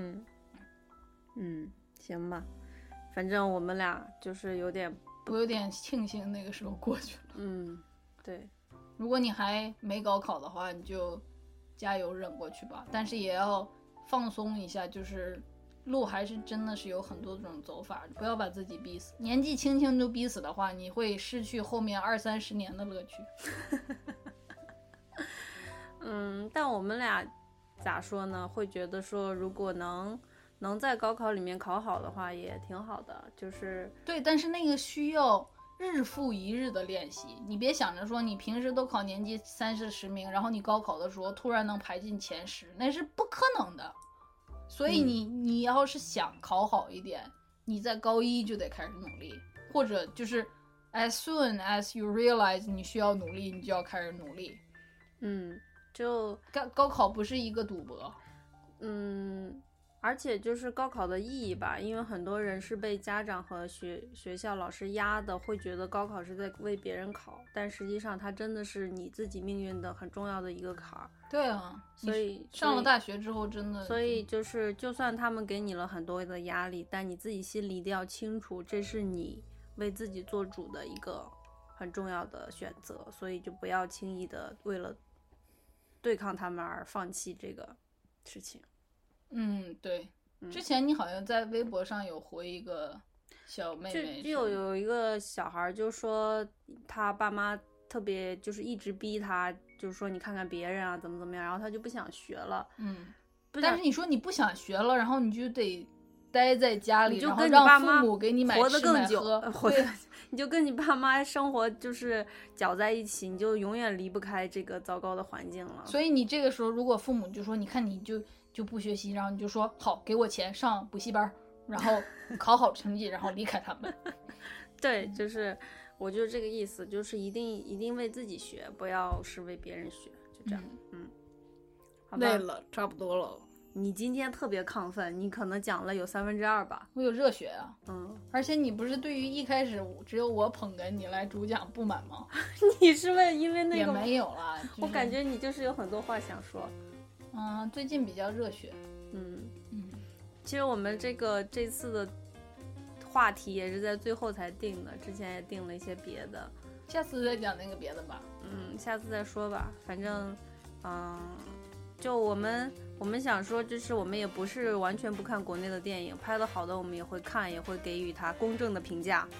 行吧，反正我们俩就是我有点庆幸那个时候过去了。 对， 如果你还没高考的话，你就加油忍过去吧，但是也要放松一下，就是路还是真的是有很多种走法，不要把自己逼死。年纪轻轻就逼死的话，你会失去后面20-30年的乐趣。 但我们俩咋说呢？会觉得说，如果能在高考里面考好的话，也挺好的。就是对，但是那个需要日复一日的练习。你别想着说你平时都考年级30-40名，然后你高考的时候突然能排进前10，那是不可能的。所以你要是想考好一点，你在高1就得开始努力，或者就是 as soon as you realize 你需要努力，你就要开始努力。 就高考不是一个赌博。 而且就是高考的意义吧，因为很多人是被家长和学校老师压的，会觉得高考是在为别人考，但实际上它真的是你自己命运的很重要的一个坎儿。 对啊， 所以上了大学之后真的， 所以就是就算他们给你了很多的压力，但你自己心里一定要清楚，这是你为自己做主的一个很重要的选择，所以就不要轻易的为了对抗他们而放弃这个事情。 对，之前你好像在微博上有回一个小妹妹， 就有一个小孩就说他爸妈特别就是一直逼他，就是说你看看别人啊怎么样，然后他就不想学了。 但是你说你不想学了，然后你就得待在家里， 你就然后让跟你爸妈父母给你买活得更久，你就跟你爸妈生活就是搅在一起，你就永远离不开这个糟糕的环境了。 所以你这个时候如果父母就说你看你就不学习，然后你就说好，给我钱上补习班，然后考好成绩，然后离开他们。 对，就是我就是这个意思，就是一定为自己学，不要是为别人学，就这样。好吧， 累了，差不多了。 你今天特别亢奋，你可能讲了有2/3吧。 我有热血啊。 而且你不是对于一开始只有我捧哏你来主讲不满吗？ 你是因为那个也没有啦， 我感觉你就是有很多话想说。 最近比较热血。 其实我们这次的话题也是在最后才定的，之前也定了一些别的， 下次再讲那个别的吧。 下次再说吧。反正就我们想说，就是我们也不是完全不看国内的电影，拍的好的我们也会看，也会给予它公正的评价。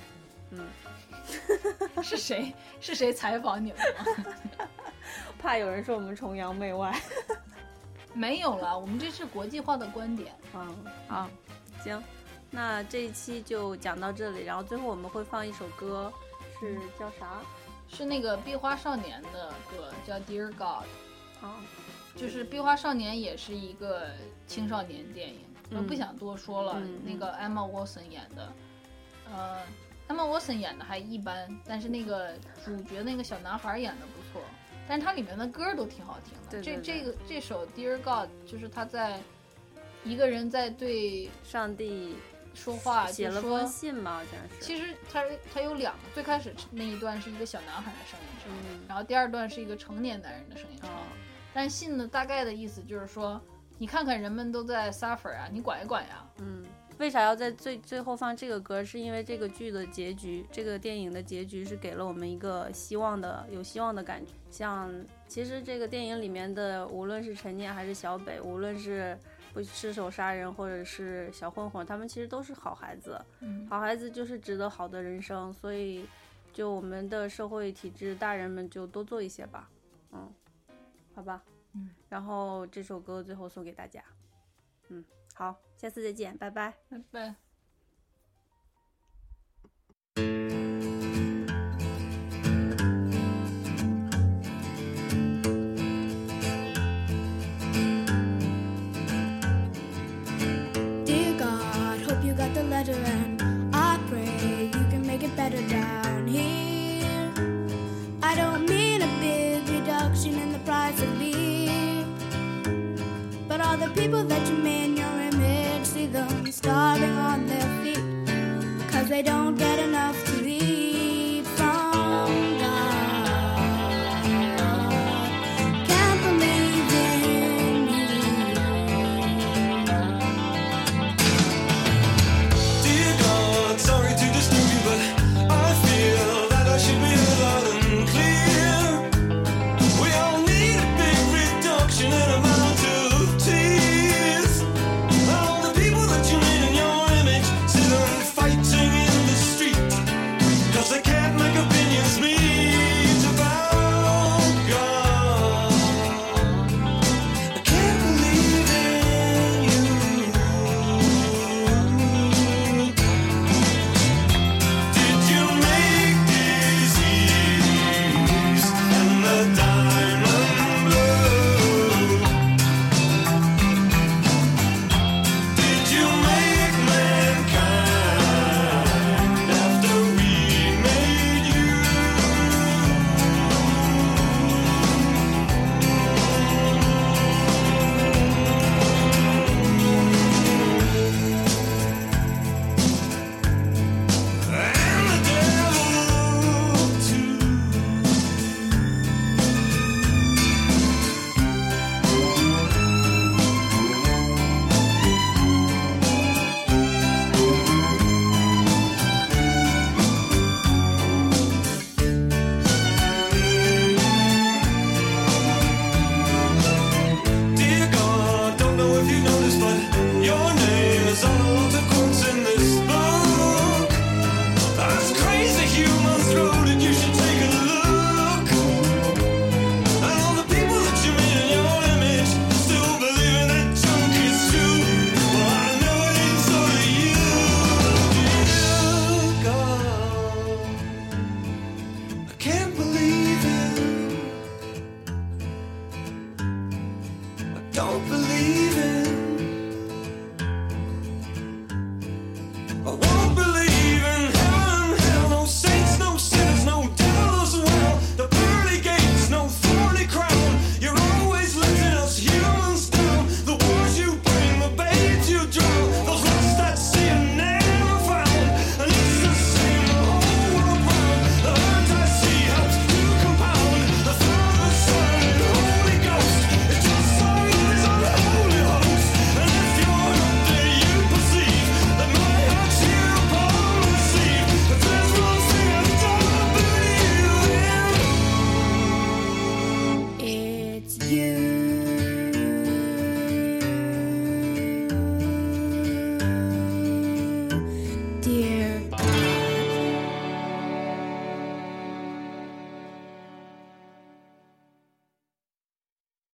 是谁采访你们吗？ 怕有人说我们崇洋媚外。 没有啦，我们这是国际化的观点。 好，行，那这一期就讲到这里，然后最后我们会放一首歌，是叫啥？ 是那个壁花少年的歌，叫 Dear God。就是壁花少年也是一个青少年电影，我不想多说了。那个 Emma Watson 演的，Emma Watson 演的还一般，但是那个主角那个小男孩演的不错，但是它里面的歌都挺好听的。这首 Dear God 就是他在一个人在对上帝说话， 写了封信嘛，好像是。 其实他有两个，最开始那一段是一个小男孩的声音唱，然后第二段是一个成年男人的声音唱。但信的大概的意思就是说，你看看人们都在 suffer 啊，你管一管呀。 为啥要在最后放这个歌？是因为这个剧的结局，这个电影的结局是给了我们一个有希望的感觉。像其实这个电影里面的，无论是陈念还是小北，无论是不失手杀人或者是小混混，他们其实都是好孩子。好孩子就是值得好的人生，所以就我们的社会体制，大人们就多做一些吧。好吧。然后这首歌最后送给大家。好，下次再见，拜拜， 拜拜。 Dear God, hope you got the letter and I pray you can make it better down here. I don't mean a big reduction in the price of beer, but all the people that you made in your image, see them starving on their feet, 'cause they don't get enough to eat from God. Can't believe in you. Dear God, sorry to disturb you, but I feel that I should be heard loud and clear. We all need a big reduction in amount of tears. All the people that you made in your image, sit and fighting in the street. I won't believe